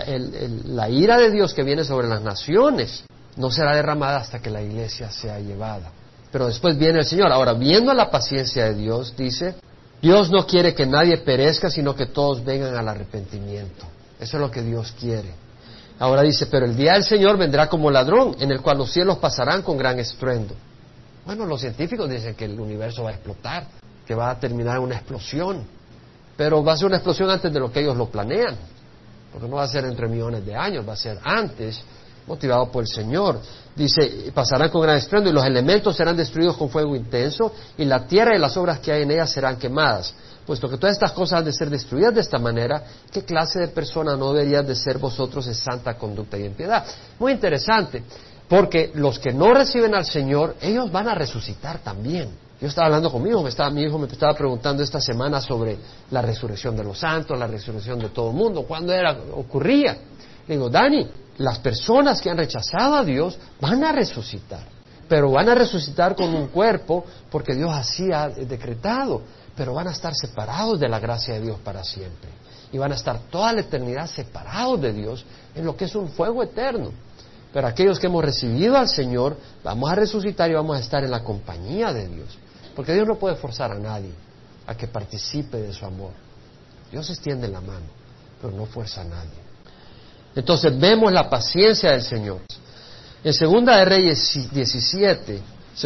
la ira de Dios que viene sobre las naciones no será derramada hasta que la iglesia sea llevada. Pero después viene el Señor. Ahora, viendo la paciencia de Dios, dice, Dios no quiere que nadie perezca, sino que todos vengan al arrepentimiento. Eso es lo que Dios quiere. Ahora dice, pero el día del Señor vendrá como ladrón, en el cual los cielos pasarán con gran estruendo. Bueno, los científicos dicen que el universo va a explotar, que va a terminar en una explosión, pero va a ser una explosión antes de lo que ellos lo planean, porque no va a ser entre millones de años, va a ser antes, motivado por el Señor. Dice, pasarán con gran estruendo y los elementos serán destruidos con fuego intenso y la tierra y las obras que hay en ella serán quemadas. Puesto que todas estas cosas han de ser destruidas de esta manera, ¿qué clase de persona no deberían de ser vosotros en santa conducta y en piedad? Muy interesante, porque los que no reciben al Señor, ellos van a resucitar también. Yo estaba hablando con mi hijo, mi hijo me estaba preguntando esta semana sobre la resurrección de los santos, la resurrección de todo el mundo, ¿cuándo ocurría? Le digo, Dani, las personas que han rechazado a Dios van a resucitar, pero van a resucitar con un cuerpo porque Dios así ha decretado, pero van a estar separados de la gracia de Dios para siempre y van a estar toda la eternidad separados de Dios en lo que es un fuego eterno. Pero aquellos que hemos recibido al Señor vamos a resucitar y vamos a estar en la compañía de Dios, porque Dios no puede forzar a nadie a que participe de su amor. Dios extiende la mano, pero no fuerza a nadie. Entonces vemos la paciencia del Señor. En Segunda de Reyes 17,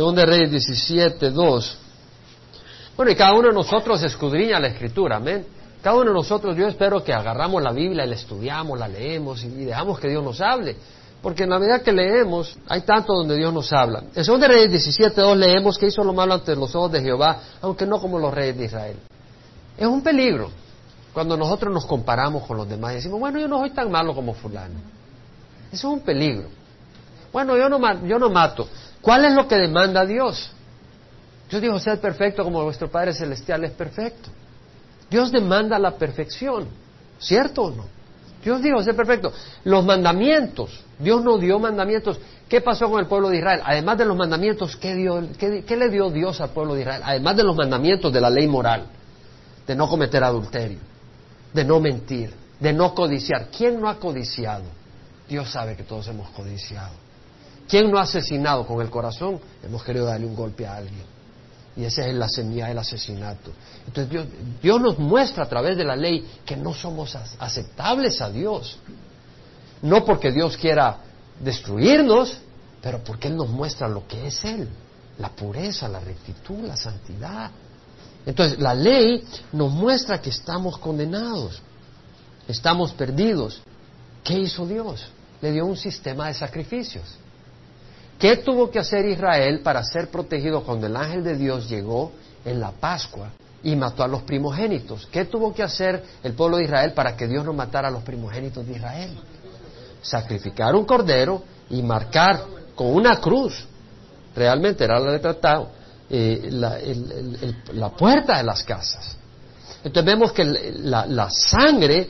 2. Bueno, y cada uno de nosotros escudriña la Escritura, amén. Cada uno de nosotros, yo espero que agarramos la Biblia y la estudiamos, la leemos y dejamos que Dios nos hable. Porque en la medida que leemos, hay tanto donde Dios nos habla. En Segunda de Reyes 17:2 leemos que hizo lo malo ante los ojos de Jehová, aunque no como los reyes de Israel. Es un peligro cuando nosotros nos comparamos con los demás y decimos, bueno, yo no soy tan malo como fulano. Eso es un peligro. Bueno, yo no mato. ¿Cuál es lo que demanda Dios? Dios dijo, sed perfecto como vuestro Padre Celestial es perfecto. Dios demanda la perfección, ¿cierto o no? Dios dijo, sed perfecto. Los mandamientos, Dios no dio mandamientos. ¿Qué pasó con el pueblo de Israel? Además de los mandamientos, ¿qué le dio Dios al pueblo de Israel? Además de los mandamientos de la ley moral, de no cometer adulterio, de no mentir, de no codiciar. ¿Quién no ha codiciado? Dios sabe que todos hemos codiciado. ¿Quién no ha asesinado con el corazón? Hemos querido darle un golpe a alguien. Y esa es la semilla del asesinato. Entonces Dios nos muestra a través de la ley que no somos aceptables a Dios. No porque Dios quiera destruirnos, pero porque Él nos muestra lo que es Él. la pureza, la rectitud, la santidad. Entonces, la ley nos muestra que estamos condenados, estamos perdidos. ¿Qué hizo Dios? Le dio un sistema de sacrificios. ¿Qué tuvo que hacer Israel para ser protegido cuando el ángel de Dios llegó en la Pascua y mató a los primogénitos? ¿Qué tuvo que hacer el pueblo de Israel para que Dios no matara a los primogénitos de Israel? Sacrificar un cordero y marcar con una cruz, realmente era la retratado, la puerta de las casas. Entonces vemos que la sangre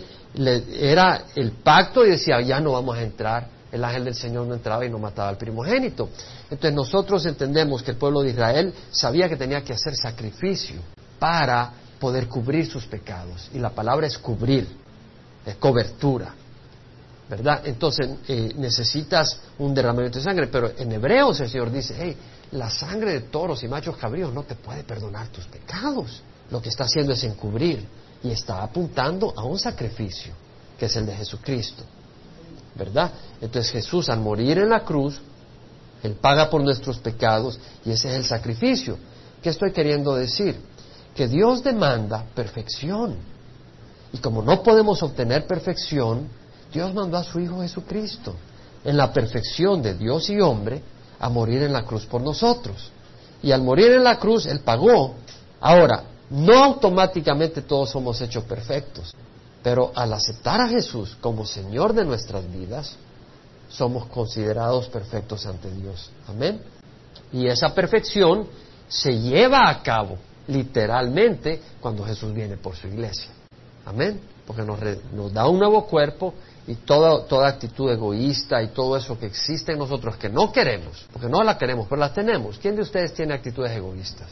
era el pacto y decía, ya no vamos a entrar. El ángel del Señor no entraba y no mataba al primogénito. Entonces nosotros entendemos que el pueblo de Israel sabía que tenía que hacer sacrificio para poder cubrir sus pecados. Y la palabra es cubrir, es cobertura, ¿verdad? Entonces necesitas un derramamiento de sangre, pero en Hebreos el Señor dice, hey, la sangre de toros y machos cabríos no te puede perdonar tus pecados. Lo que está haciendo es encubrir y está apuntando a un sacrificio, que es el de Jesucristo, ¿verdad? Entonces Jesús, al morir en la cruz, Él paga por nuestros pecados y ese es el sacrificio. ¿Qué estoy queriendo decir? Que Dios demanda perfección. Y como no podemos obtener perfección, Dios mandó a su Hijo Jesucristo, en la perfección de Dios y hombre, a morir en la cruz por nosotros. Y al morir en la cruz, Él pagó. Ahora, no automáticamente todos somos hechos perfectos, pero al aceptar a Jesús como Señor de nuestras vidas, somos considerados perfectos ante Dios. Amén. Y esa perfección se lleva a cabo literalmente cuando Jesús viene por su iglesia. Amén. Porque nos da un nuevo cuerpo y toda actitud egoísta y todo eso que existe en nosotros que no queremos, porque no la queremos, pero la tenemos. ¿Quién de ustedes tiene actitudes egoístas?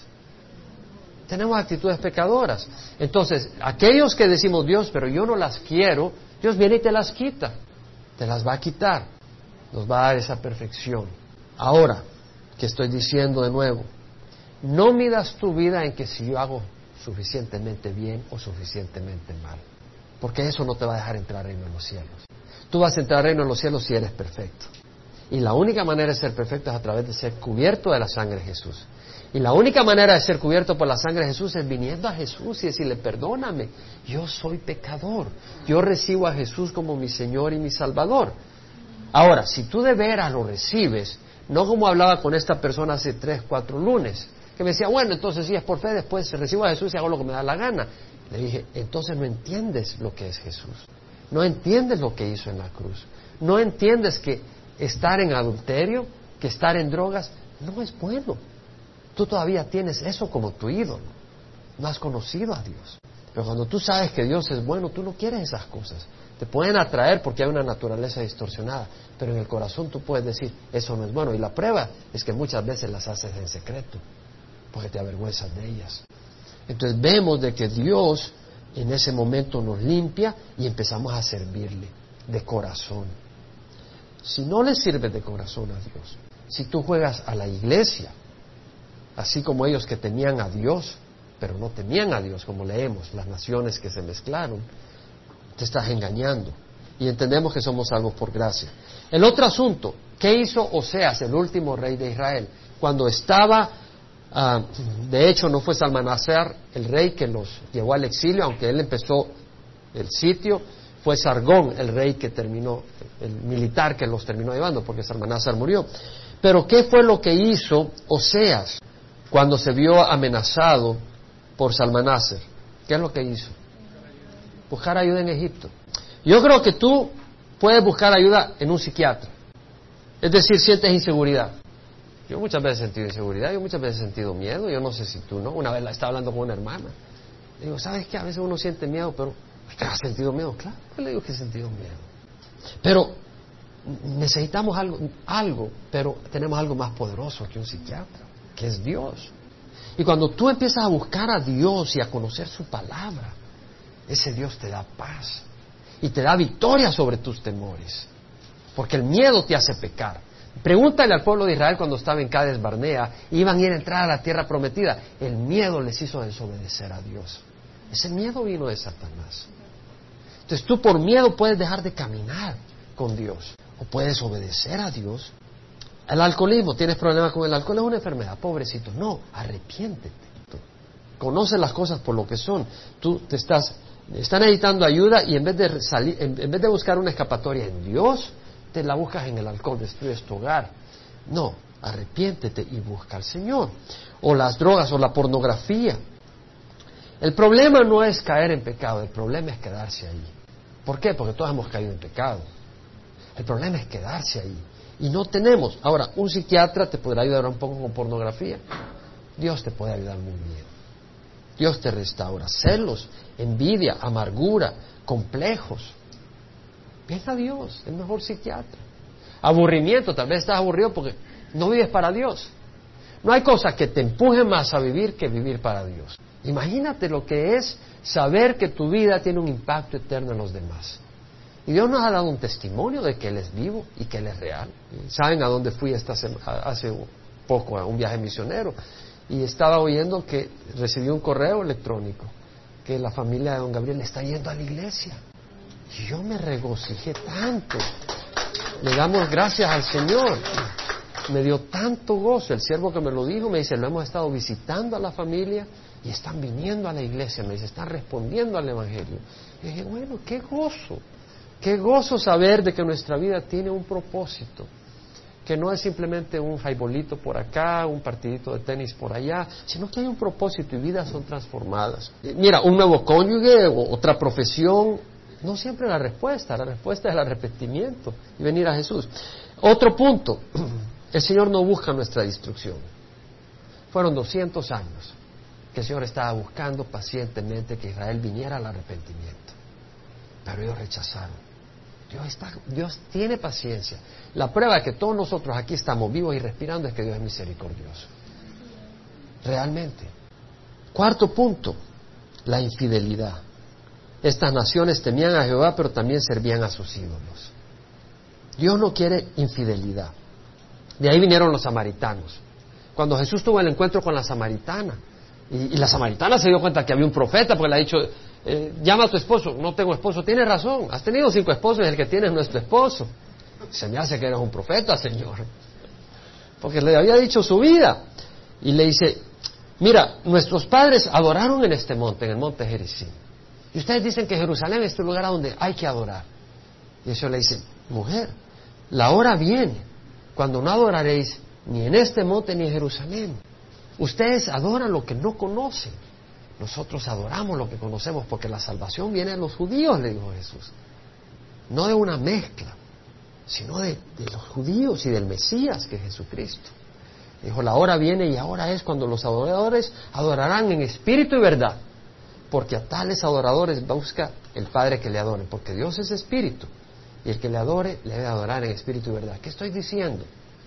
Tenemos actitudes pecadoras. Entonces, aquellos que decimos, Dios, pero yo no las quiero, Dios viene y te las quita. Te las va a quitar. Nos va a dar esa perfección. Ahora, que estoy diciendo de nuevo, no midas tu vida en que si yo hago suficientemente bien o suficientemente mal, porque eso no te va a dejar entrar al reino de los cielos. Tú vas a entrar al reino de los cielos si eres perfecto. Y la única manera de ser perfecto es a través de ser cubierto de la sangre de Jesús. Y la única manera de ser cubierto por la sangre de Jesús es viniendo a Jesús y decirle, perdóname, yo soy pecador. Yo recibo a Jesús como mi Señor y mi Salvador. Ahora, si tú de veras lo recibes, no como hablaba con esta persona hace 3, 4 lunes, que me decía, bueno, entonces si es por fe, después recibo a Jesús y hago lo que me da la gana. Le dije, entonces no entiendes lo que es Jesús. No entiendes lo que hizo en la cruz. No entiendes que estar en adulterio, que estar en drogas, no es bueno. Tú todavía tienes eso como tu ídolo. No has conocido a Dios. Pero cuando tú sabes que Dios es bueno, tú no quieres esas cosas. Te pueden atraer porque hay una naturaleza distorsionada. Pero en el corazón tú puedes decir, eso no es bueno. Y la prueba es que muchas veces las haces en secreto, porque te avergüenzas de ellas. Entonces vemos de que Dios en ese momento nos limpia y empezamos a servirle de corazón. Si no le sirves de corazón a Dios, si tú juegas a la iglesia, así como ellos que temían a Dios, pero no temían a Dios, como leemos, las naciones que se mezclaron, te estás engañando. Y entendemos que somos salvos por gracia. El otro asunto, ¿qué hizo Oseas, el último rey de Israel? Cuando estaba, de hecho no fue Salmanasar el rey que los llevó al exilio, aunque él empezó el sitio, fue Sargón el rey que terminó, el militar que los terminó llevando, porque Salmanasar murió. Pero ¿qué fue lo que hizo Oseas cuando se vio amenazado por Salmanasar? ¿Qué es lo que hizo? Buscar ayuda en Egipto. Yo creo que tú puedes buscar ayuda en un psiquiatra. Es decir, sientes inseguridad. Yo muchas veces he sentido inseguridad, yo muchas veces he sentido miedo, yo no sé si tú, ¿no? Una vez estaba hablando con una hermana. Le digo, ¿sabes qué? A veces uno siente miedo, pero ¿usted ha sentido miedo? Claro, yo le digo que he sentido miedo. Pero necesitamos algo, pero tenemos algo más poderoso que un psiquiatra, que es Dios. Y cuando tú empiezas a buscar a Dios y a conocer su palabra, ese Dios te da paz y te da victoria sobre tus temores, porque el miedo te hace pecar. Pregúntale al pueblo de Israel cuando estaba en Cades Barnea, iban a ir a entrar a la tierra prometida, el miedo les hizo desobedecer a Dios. Ese miedo vino de Satanás. Entonces tú por miedo puedes dejar de caminar con Dios, o puedes obedecer a Dios El alcoholismo, ¿tienes problemas con el alcohol? Es una enfermedad, pobrecito. No, arrepiéntete. Conoce las cosas por lo que son. Tú estás necesitando ayuda y en vez de buscar una escapatoria en Dios, te la buscas en el alcohol, destruyes tu hogar. No, arrepiéntete y busca al Señor. O las drogas o la pornografía. El problema no es caer en pecado, el problema es quedarse ahí. ¿Por qué? Porque todos hemos caído en pecado. El problema es quedarse ahí. Y no tenemos. Ahora, un psiquiatra te podrá ayudar un poco con pornografía. Dios te puede ayudar muy bien. Dios te restaura. Celos, envidia, amargura, complejos. Ven a Dios, el mejor psiquiatra. Aburrimiento, tal vez estás aburrido porque no vives para Dios. No hay cosa que te empuje más a vivir que vivir para Dios. Imagínate lo que es saber que tu vida tiene un impacto eterno en los demás. Y Dios nos ha dado un testimonio de que Él es vivo y que Él es real. ¿Saben a dónde fui hace poco? A un viaje misionero. Y estaba oyendo que recibí un correo electrónico que la familia de don Gabriel está yendo a la iglesia. Y yo me regocijé tanto. Le damos gracias al Señor. Me dio tanto gozo. El siervo que me lo dijo me dice, lo hemos estado visitando a la familia y están viniendo a la iglesia. Me dice, están respondiendo al Evangelio. Y dije, bueno, qué gozo. Qué gozo saber de que nuestra vida tiene un propósito, que no es simplemente un jaibolito por acá, un partidito de tenis por allá, sino que hay un propósito y vidas son transformadas. Mira, un nuevo cónyuge o otra profesión, no siempre la respuesta es el arrepentimiento y venir a Jesús. Otro punto, el Señor no busca nuestra destrucción. Fueron 200 años que el Señor estaba buscando pacientemente que Israel viniera al arrepentimiento, pero ellos rechazaron. Dios tiene paciencia. La prueba de que todos nosotros aquí estamos vivos y respirando es que Dios es misericordioso. Realmente. Cuarto punto, la infidelidad. Estas naciones temían a Jehová, pero también servían a sus ídolos. Dios no quiere infidelidad. De ahí vinieron los samaritanos. Cuando Jesús tuvo el encuentro con la samaritana, y la samaritana se dio cuenta que había un profeta, porque le ha dicho, llama a tu esposo. No tengo esposo. Tienes razón, has tenido 5 esposos y el que tienes no es tu esposo. Se me hace que eres un profeta, Señor, porque le había dicho su vida. Y le dice, mira, nuestros padres adoraron en este monte, en el monte Gerizim, y ustedes dicen que Jerusalén es el lugar a donde hay que adorar. Y eso le dice, mujer, la hora viene cuando no adoraréis ni en este monte ni en Jerusalén. Ustedes adoran lo que no conocen. Nosotros adoramos lo que conocemos, porque la salvación viene de los judíos, le dijo Jesús. No de una mezcla, sino de los judíos y del Mesías, que es Jesucristo. Dijo, la hora viene y ahora es cuando los adoradores adorarán en espíritu y verdad, porque a tales adoradores busca el Padre que le adoren, porque Dios es espíritu, y el que le adore, le debe adorar en espíritu y verdad. ¿Qué estoy diciendo?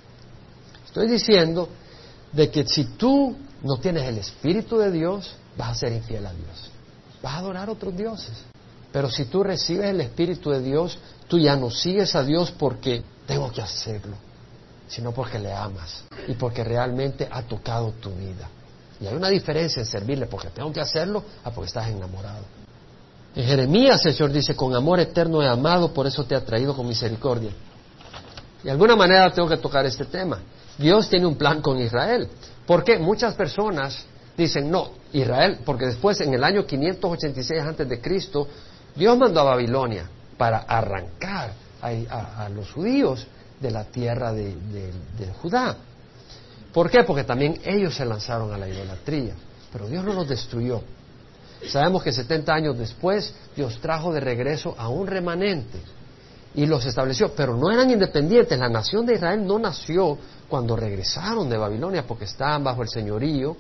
Estoy diciendo de que si tú no tienes el espíritu de Dios, vas a ser infiel a Dios, vas a adorar a otros dioses. Pero si tú recibes el espíritu de Dios, tú ya no sigues a Dios porque tengo que hacerlo, sino porque le amas y porque realmente ha tocado tu vida. Y hay una diferencia en servirle porque tengo que hacerlo a porque estás enamorado. En Jeremías el Señor dice, con amor eterno he amado, por eso te ha traído con misericordia. Y de alguna manera tengo que tocar este tema. Dios tiene un plan con Israel. Porque muchas personas dicen, no, Israel, porque después en el año 586 antes de Cristo, Dios mandó a Babilonia para arrancar a los judíos de la tierra de Judá. ¿Por qué? Porque también ellos se lanzaron a la idolatría. Pero Dios no los destruyó. Sabemos que 70 años después, Dios trajo de regreso a un remanente y los estableció, pero no eran independientes. La nación de Israel no nació cuando regresaron de Babilonia, porque estaban bajo el señorío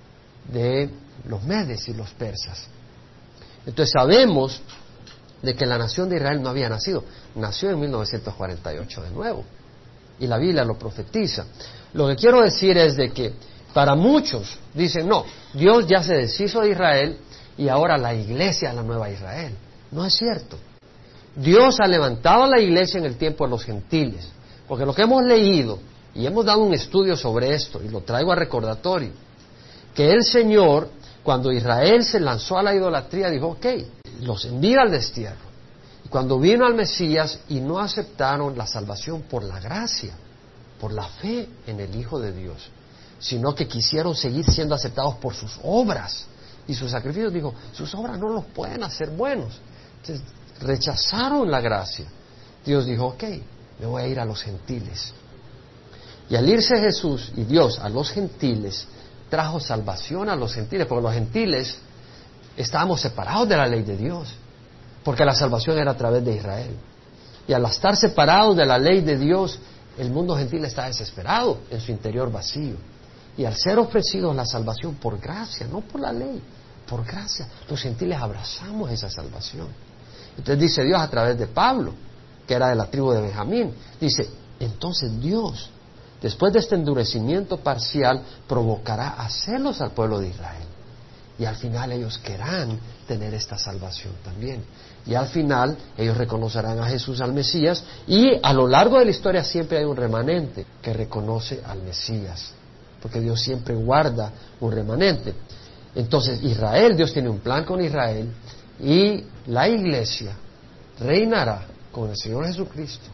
de los medes y los persas. Entonces sabemos de que la nación de Israel no había nacido. Nació en 1948 de nuevo, y la Biblia lo profetiza. Lo que quiero decir es de que para muchos dicen, no, Dios ya se deshizo de Israel y ahora la iglesia es la nueva Israel. No es cierto. Dios ha levantado a la iglesia en el tiempo de los gentiles, porque lo que hemos leído, y hemos dado un estudio sobre esto, y lo traigo a recordatorio, que el Señor, cuando Israel se lanzó a la idolatría, dijo, ok, los envía al destierro. Y cuando vino al Mesías y no aceptaron la salvación por la gracia, por la fe en el Hijo de Dios, sino que quisieron seguir siendo aceptados por sus obras y sus sacrificios. Dijo, sus obras no los pueden hacer buenos. Entonces rechazaron la gracia. Dios dijo, ok, me voy a ir a los gentiles. Y al irse Jesús y Dios a los gentiles, trajo salvación a los gentiles, porque los gentiles estábamos separados de la ley de Dios, porque la salvación era a través de Israel. Y al estar separados de la ley de Dios, el mundo gentil está desesperado, en su interior vacío. Y al ser ofrecidos la salvación por gracia, no por la ley, por gracia, los gentiles abrazamos esa salvación. Entonces dice Dios a través de Pablo, que era de la tribu de Benjamín, dice, entonces Dios, después de este endurecimiento parcial, provocará a celos al pueblo de Israel. Y al final ellos querrán tener esta salvación también. Y al final ellos reconocerán a Jesús, al Mesías, y a lo largo de la historia siempre hay un remanente que reconoce al Mesías, porque Dios siempre guarda un remanente. Entonces Israel, Dios tiene un plan con Israel, y la iglesia reinará con el Señor Jesucristo,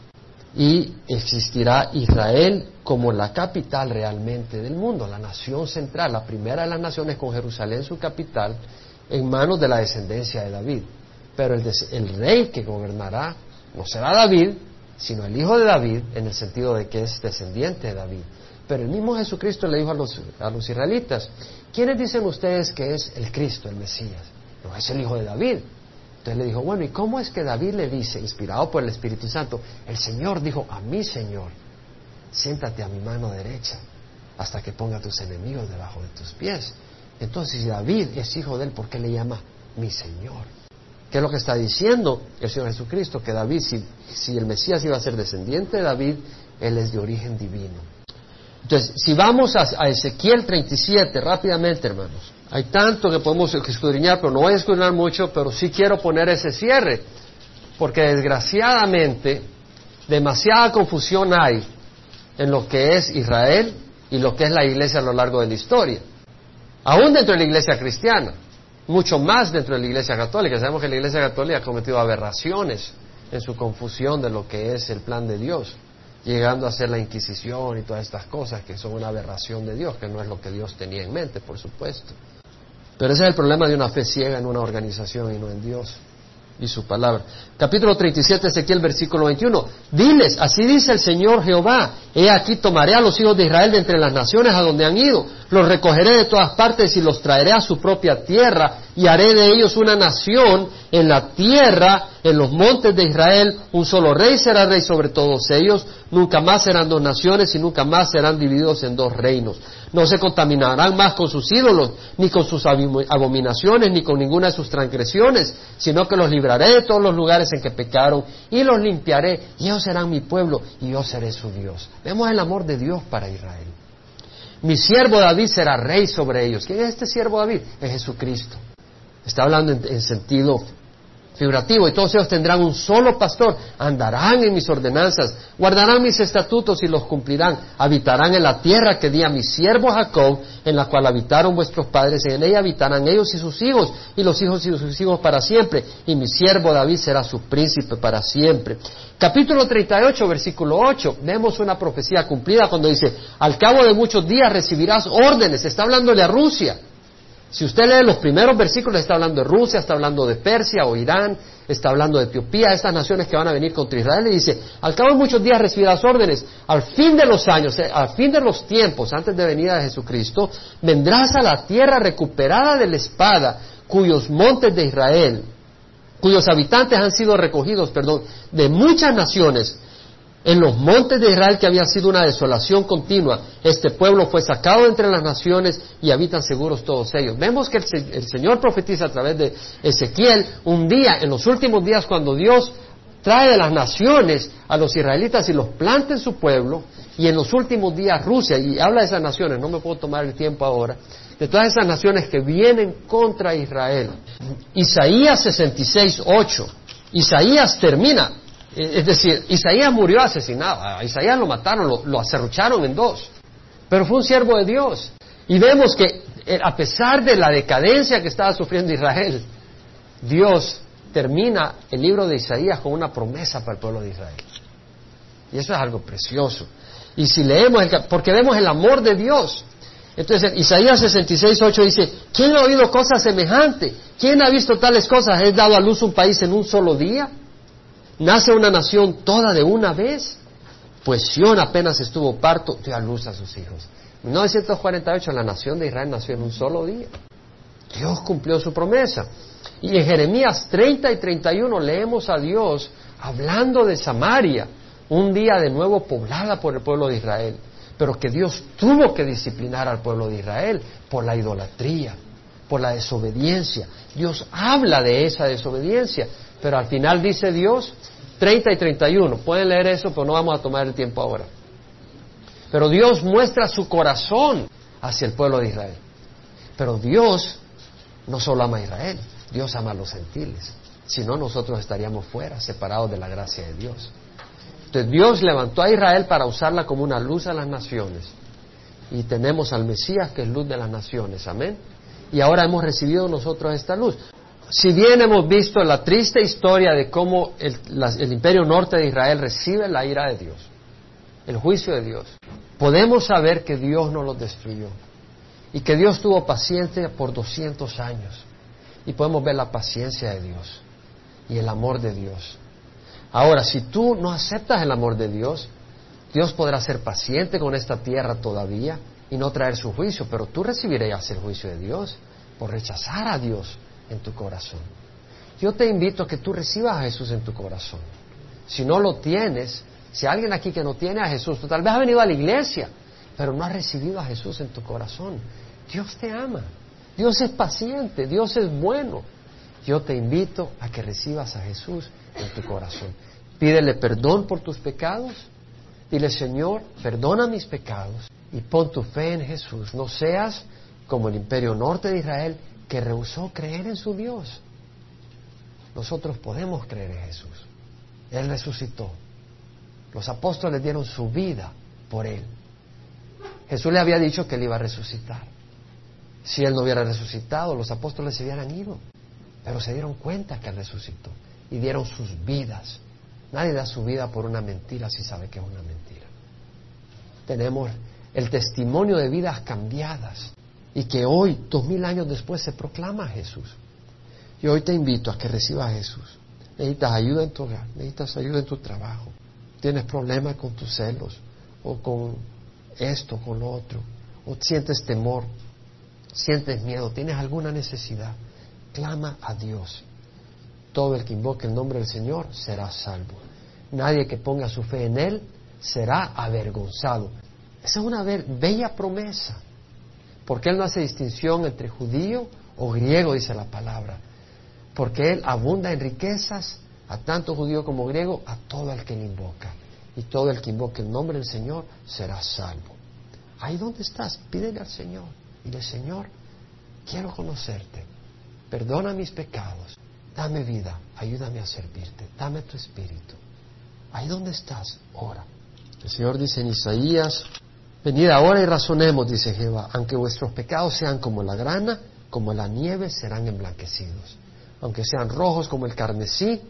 y existirá Israel como la capital realmente del mundo, la nación central, la primera de las naciones, con Jerusalén su capital, en manos de la descendencia de David. Pero el rey que gobernará no será David, sino el hijo de David, en el sentido de que es descendiente de David. Pero el mismo Jesucristo le dijo a los israelitas, ¿quiénes dicen ustedes que es el Cristo, el Mesías? No, es el hijo de David. Entonces le dijo, bueno, ¿y cómo es que David le dice, inspirado por el Espíritu Santo, el Señor dijo a mi Señor, siéntate a mi mano derecha hasta que ponga a tus enemigos debajo de tus pies? Entonces, si David es hijo de él, ¿por qué le llama mi Señor? ¿Qué es lo que está diciendo el Señor Jesucristo? Que David, si el Mesías iba a ser descendiente de David, él es de origen divino. Entonces, si vamos a Ezequiel 37, rápidamente, hermanos. Hay tanto que podemos escudriñar, pero no voy a escudriñar mucho, pero sí quiero poner ese cierre, porque desgraciadamente demasiada confusión hay en lo que es Israel y lo que es la iglesia a lo largo de la historia. Aún dentro de la iglesia cristiana, mucho más dentro de la iglesia católica. Sabemos que la iglesia católica ha cometido aberraciones en su confusión de lo que es el plan de Dios, llegando a ser la Inquisición y todas estas cosas que son una aberración de Dios, que no es lo que Dios tenía en mente, por supuesto. Pero ese es el problema de una fe ciega en una organización y no en Dios y su palabra. Capítulo 37, Ezequiel, versículo 21. Diles, así dice el Señor Jehová, he aquí tomaré a los hijos de Israel de entre las naciones a donde han ido, los recogeré de todas partes y los traeré a su propia tierra, y haré de ellos una nación en la tierra, en los montes de Israel. Un solo rey será rey sobre todos ellos, nunca más serán dos naciones y nunca más serán divididos en dos reinos. No se contaminarán más con sus ídolos, ni con sus abominaciones, ni con ninguna de sus transgresiones, sino que los libraré de todos los lugares en que pecaron, y los limpiaré, y ellos serán mi pueblo, y yo seré su Dios. Vemos el amor de Dios para Israel. Mi siervo David será rey sobre ellos. ¿Quién es este siervo David? Es Jesucristo. Está hablando en sentido figurativo. Y todos ellos tendrán un solo pastor, andarán en mis ordenanzas, guardarán mis estatutos y los cumplirán, habitarán en la tierra que di a mi siervo Jacob, en la cual habitaron vuestros padres, y en ella habitarán ellos y sus hijos, y los hijos y sus hijos para siempre, y mi siervo David será su príncipe para siempre. Capítulo 38, versículo 8, vemos una profecía cumplida cuando dice, al cabo de muchos días recibirás órdenes. Está hablándole a Rusia. Si usted lee los primeros versículos, está hablando de Rusia, está hablando de Persia o Irán, está hablando de Etiopía, estas naciones que van a venir contra Israel, y dice, al cabo de muchos días recibirás órdenes, al fin de los años, al fin de los tiempos, antes de venida de Jesucristo, vendrás a la tierra recuperada de la espada, cuyos montes de Israel, cuyos habitantes han sido recogidos, de muchas naciones. En los montes de Israel, que había sido una desolación continua, este pueblo fue sacado entre las naciones y habitan seguros todos ellos. Vemos que el Señor profetiza a través de Ezequiel un día, en los últimos días, cuando Dios trae de las naciones a los israelitas y los planta en su pueblo, y en los últimos días Rusia, y habla de esas naciones, no me puedo tomar el tiempo ahora, de todas esas naciones que vienen contra Israel. Isaías 66:8, Isaías termina. Es decir, Isaías murió asesinado, a Isaías lo mataron, lo aserrucharon en dos, pero fue un siervo de Dios. Y vemos que a pesar de la decadencia que estaba sufriendo Israel, Dios termina el libro de Isaías con una promesa para el pueblo de Israel. Y eso es algo precioso. Y si leemos, porque vemos el amor de Dios. Entonces, Isaías 66:8 dice, ¿quién ha oído cosas semejantes? ¿Quién ha visto tales cosas? ¿He dado a luz un país en un solo día? ¿Nace una nación toda de una vez? Pues Sión apenas estuvo parto, dio a luz a sus hijos. En 1948 la nación de Israel nació en un solo día. Dios cumplió su promesa. Y en Jeremías 30 y 31 leemos a Dios hablando de Samaria, un día de nuevo poblada por el pueblo de Israel, pero que Dios tuvo que disciplinar al pueblo de Israel por la idolatría, por la desobediencia. Dios habla de esa desobediencia, pero al final dice Dios, 30 y 31, pueden leer eso, pero no vamos a tomar el tiempo ahora. Pero Dios muestra su corazón hacia el pueblo de Israel. Pero Dios no solo ama a Israel, Dios ama a los gentiles. Si no, nosotros estaríamos fuera, separados de la gracia de Dios. Entonces Dios levantó a Israel para usarla como una luz a las naciones. Y tenemos al Mesías que es luz de las naciones, amén. Y ahora hemos recibido nosotros esta luz. Si bien hemos visto la triste historia de cómo el imperio norte de Israel recibe la ira de Dios, el juicio de Dios, podemos saber que Dios no los destruyó y que Dios tuvo paciencia por 200 años. Y podemos ver la paciencia de Dios y el amor de Dios. Ahora, si tú no aceptas el amor de Dios, Dios podrá ser paciente con esta tierra todavía y no traer su juicio, pero tú recibirás el juicio de Dios por rechazar a Dios en tu corazón. Yo te invito a que tú recibas a Jesús en tu corazón. Si no lo tienes, si hay alguien aquí que no tiene a Jesús, tú tal vez has venido a la iglesia, pero no has recibido a Jesús en tu corazón. Dios te ama, Dios es paciente, Dios es bueno. Yo te invito a que recibas a Jesús en tu corazón. Pídele perdón por tus pecados. Dile, Señor, perdona mis pecados y pon tu fe en Jesús. No seas como el imperio norte de Israel que rehusó creer en su Dios. Nosotros podemos creer en Jesús. Él resucitó. Los apóstoles dieron su vida por Él. Jesús le había dicho que Él iba a resucitar. Si Él no hubiera resucitado, los apóstoles se hubieran ido. Pero se dieron cuenta que Él resucitó y dieron sus vidas. Nadie da su vida por una mentira si sabe que es una mentira. Tenemos el testimonio de vidas cambiadas y que hoy, 2000 años después, se proclama a Jesús. Y hoy te invito a que recibas a Jesús. Necesitas ayuda en tu hogar, necesitas ayuda en tu trabajo, tienes problemas con tus celos o con esto, con lo otro, o sientes temor, sientes miedo, tienes alguna necesidad, clama a Dios. Todo el que invoque el nombre del Señor será salvo. Nadie que ponga su fe en Él será avergonzado. Esa es una bella promesa, porque Él no hace distinción entre judío o griego, dice la palabra, porque Él abunda en riquezas a tanto judío como griego, a todo el que le invoca. Y todo el que invoque el nombre del Señor será salvo. Ahí donde estás, pídele al Señor. Dile, Señor, quiero conocerte. Perdona mis pecados. Dame vida. Ayúdame a servirte. Dame tu espíritu. Ahí donde estás, ora. El Señor dice en Isaías, venid ahora y razonemos, dice Jehová, aunque vuestros pecados sean como la grana, como la nieve serán emblanquecidos. Aunque sean rojos como el carmesí,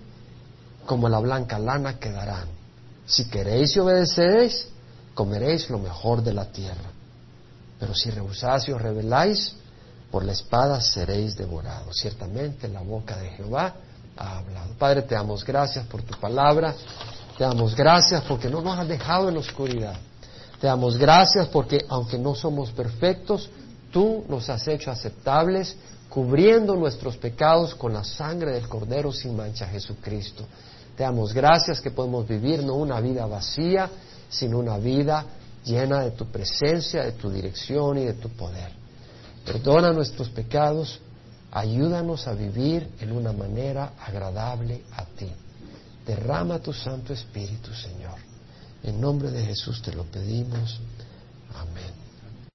como la blanca lana quedarán. Si queréis y obedeceréis, comeréis lo mejor de la tierra. Pero si rehusáis y os rebeláis, por la espada seréis devorados. Ciertamente la boca de Jehová ha hablado. Padre, te damos gracias por tu palabra. Te damos gracias porque no nos has dejado en la oscuridad. Te damos gracias porque, aunque no somos perfectos, tú nos has hecho aceptables, cubriendo nuestros pecados con la sangre del Cordero sin mancha, Jesucristo. Te damos gracias que podemos vivir no una vida vacía, sino una vida llena de tu presencia, de tu dirección y de tu poder. Perdona nuestros pecados, ayúdanos a vivir en una manera agradable a ti. Derrama tu Santo Espíritu, Señor. En nombre de Jesús te lo pedimos. Amén.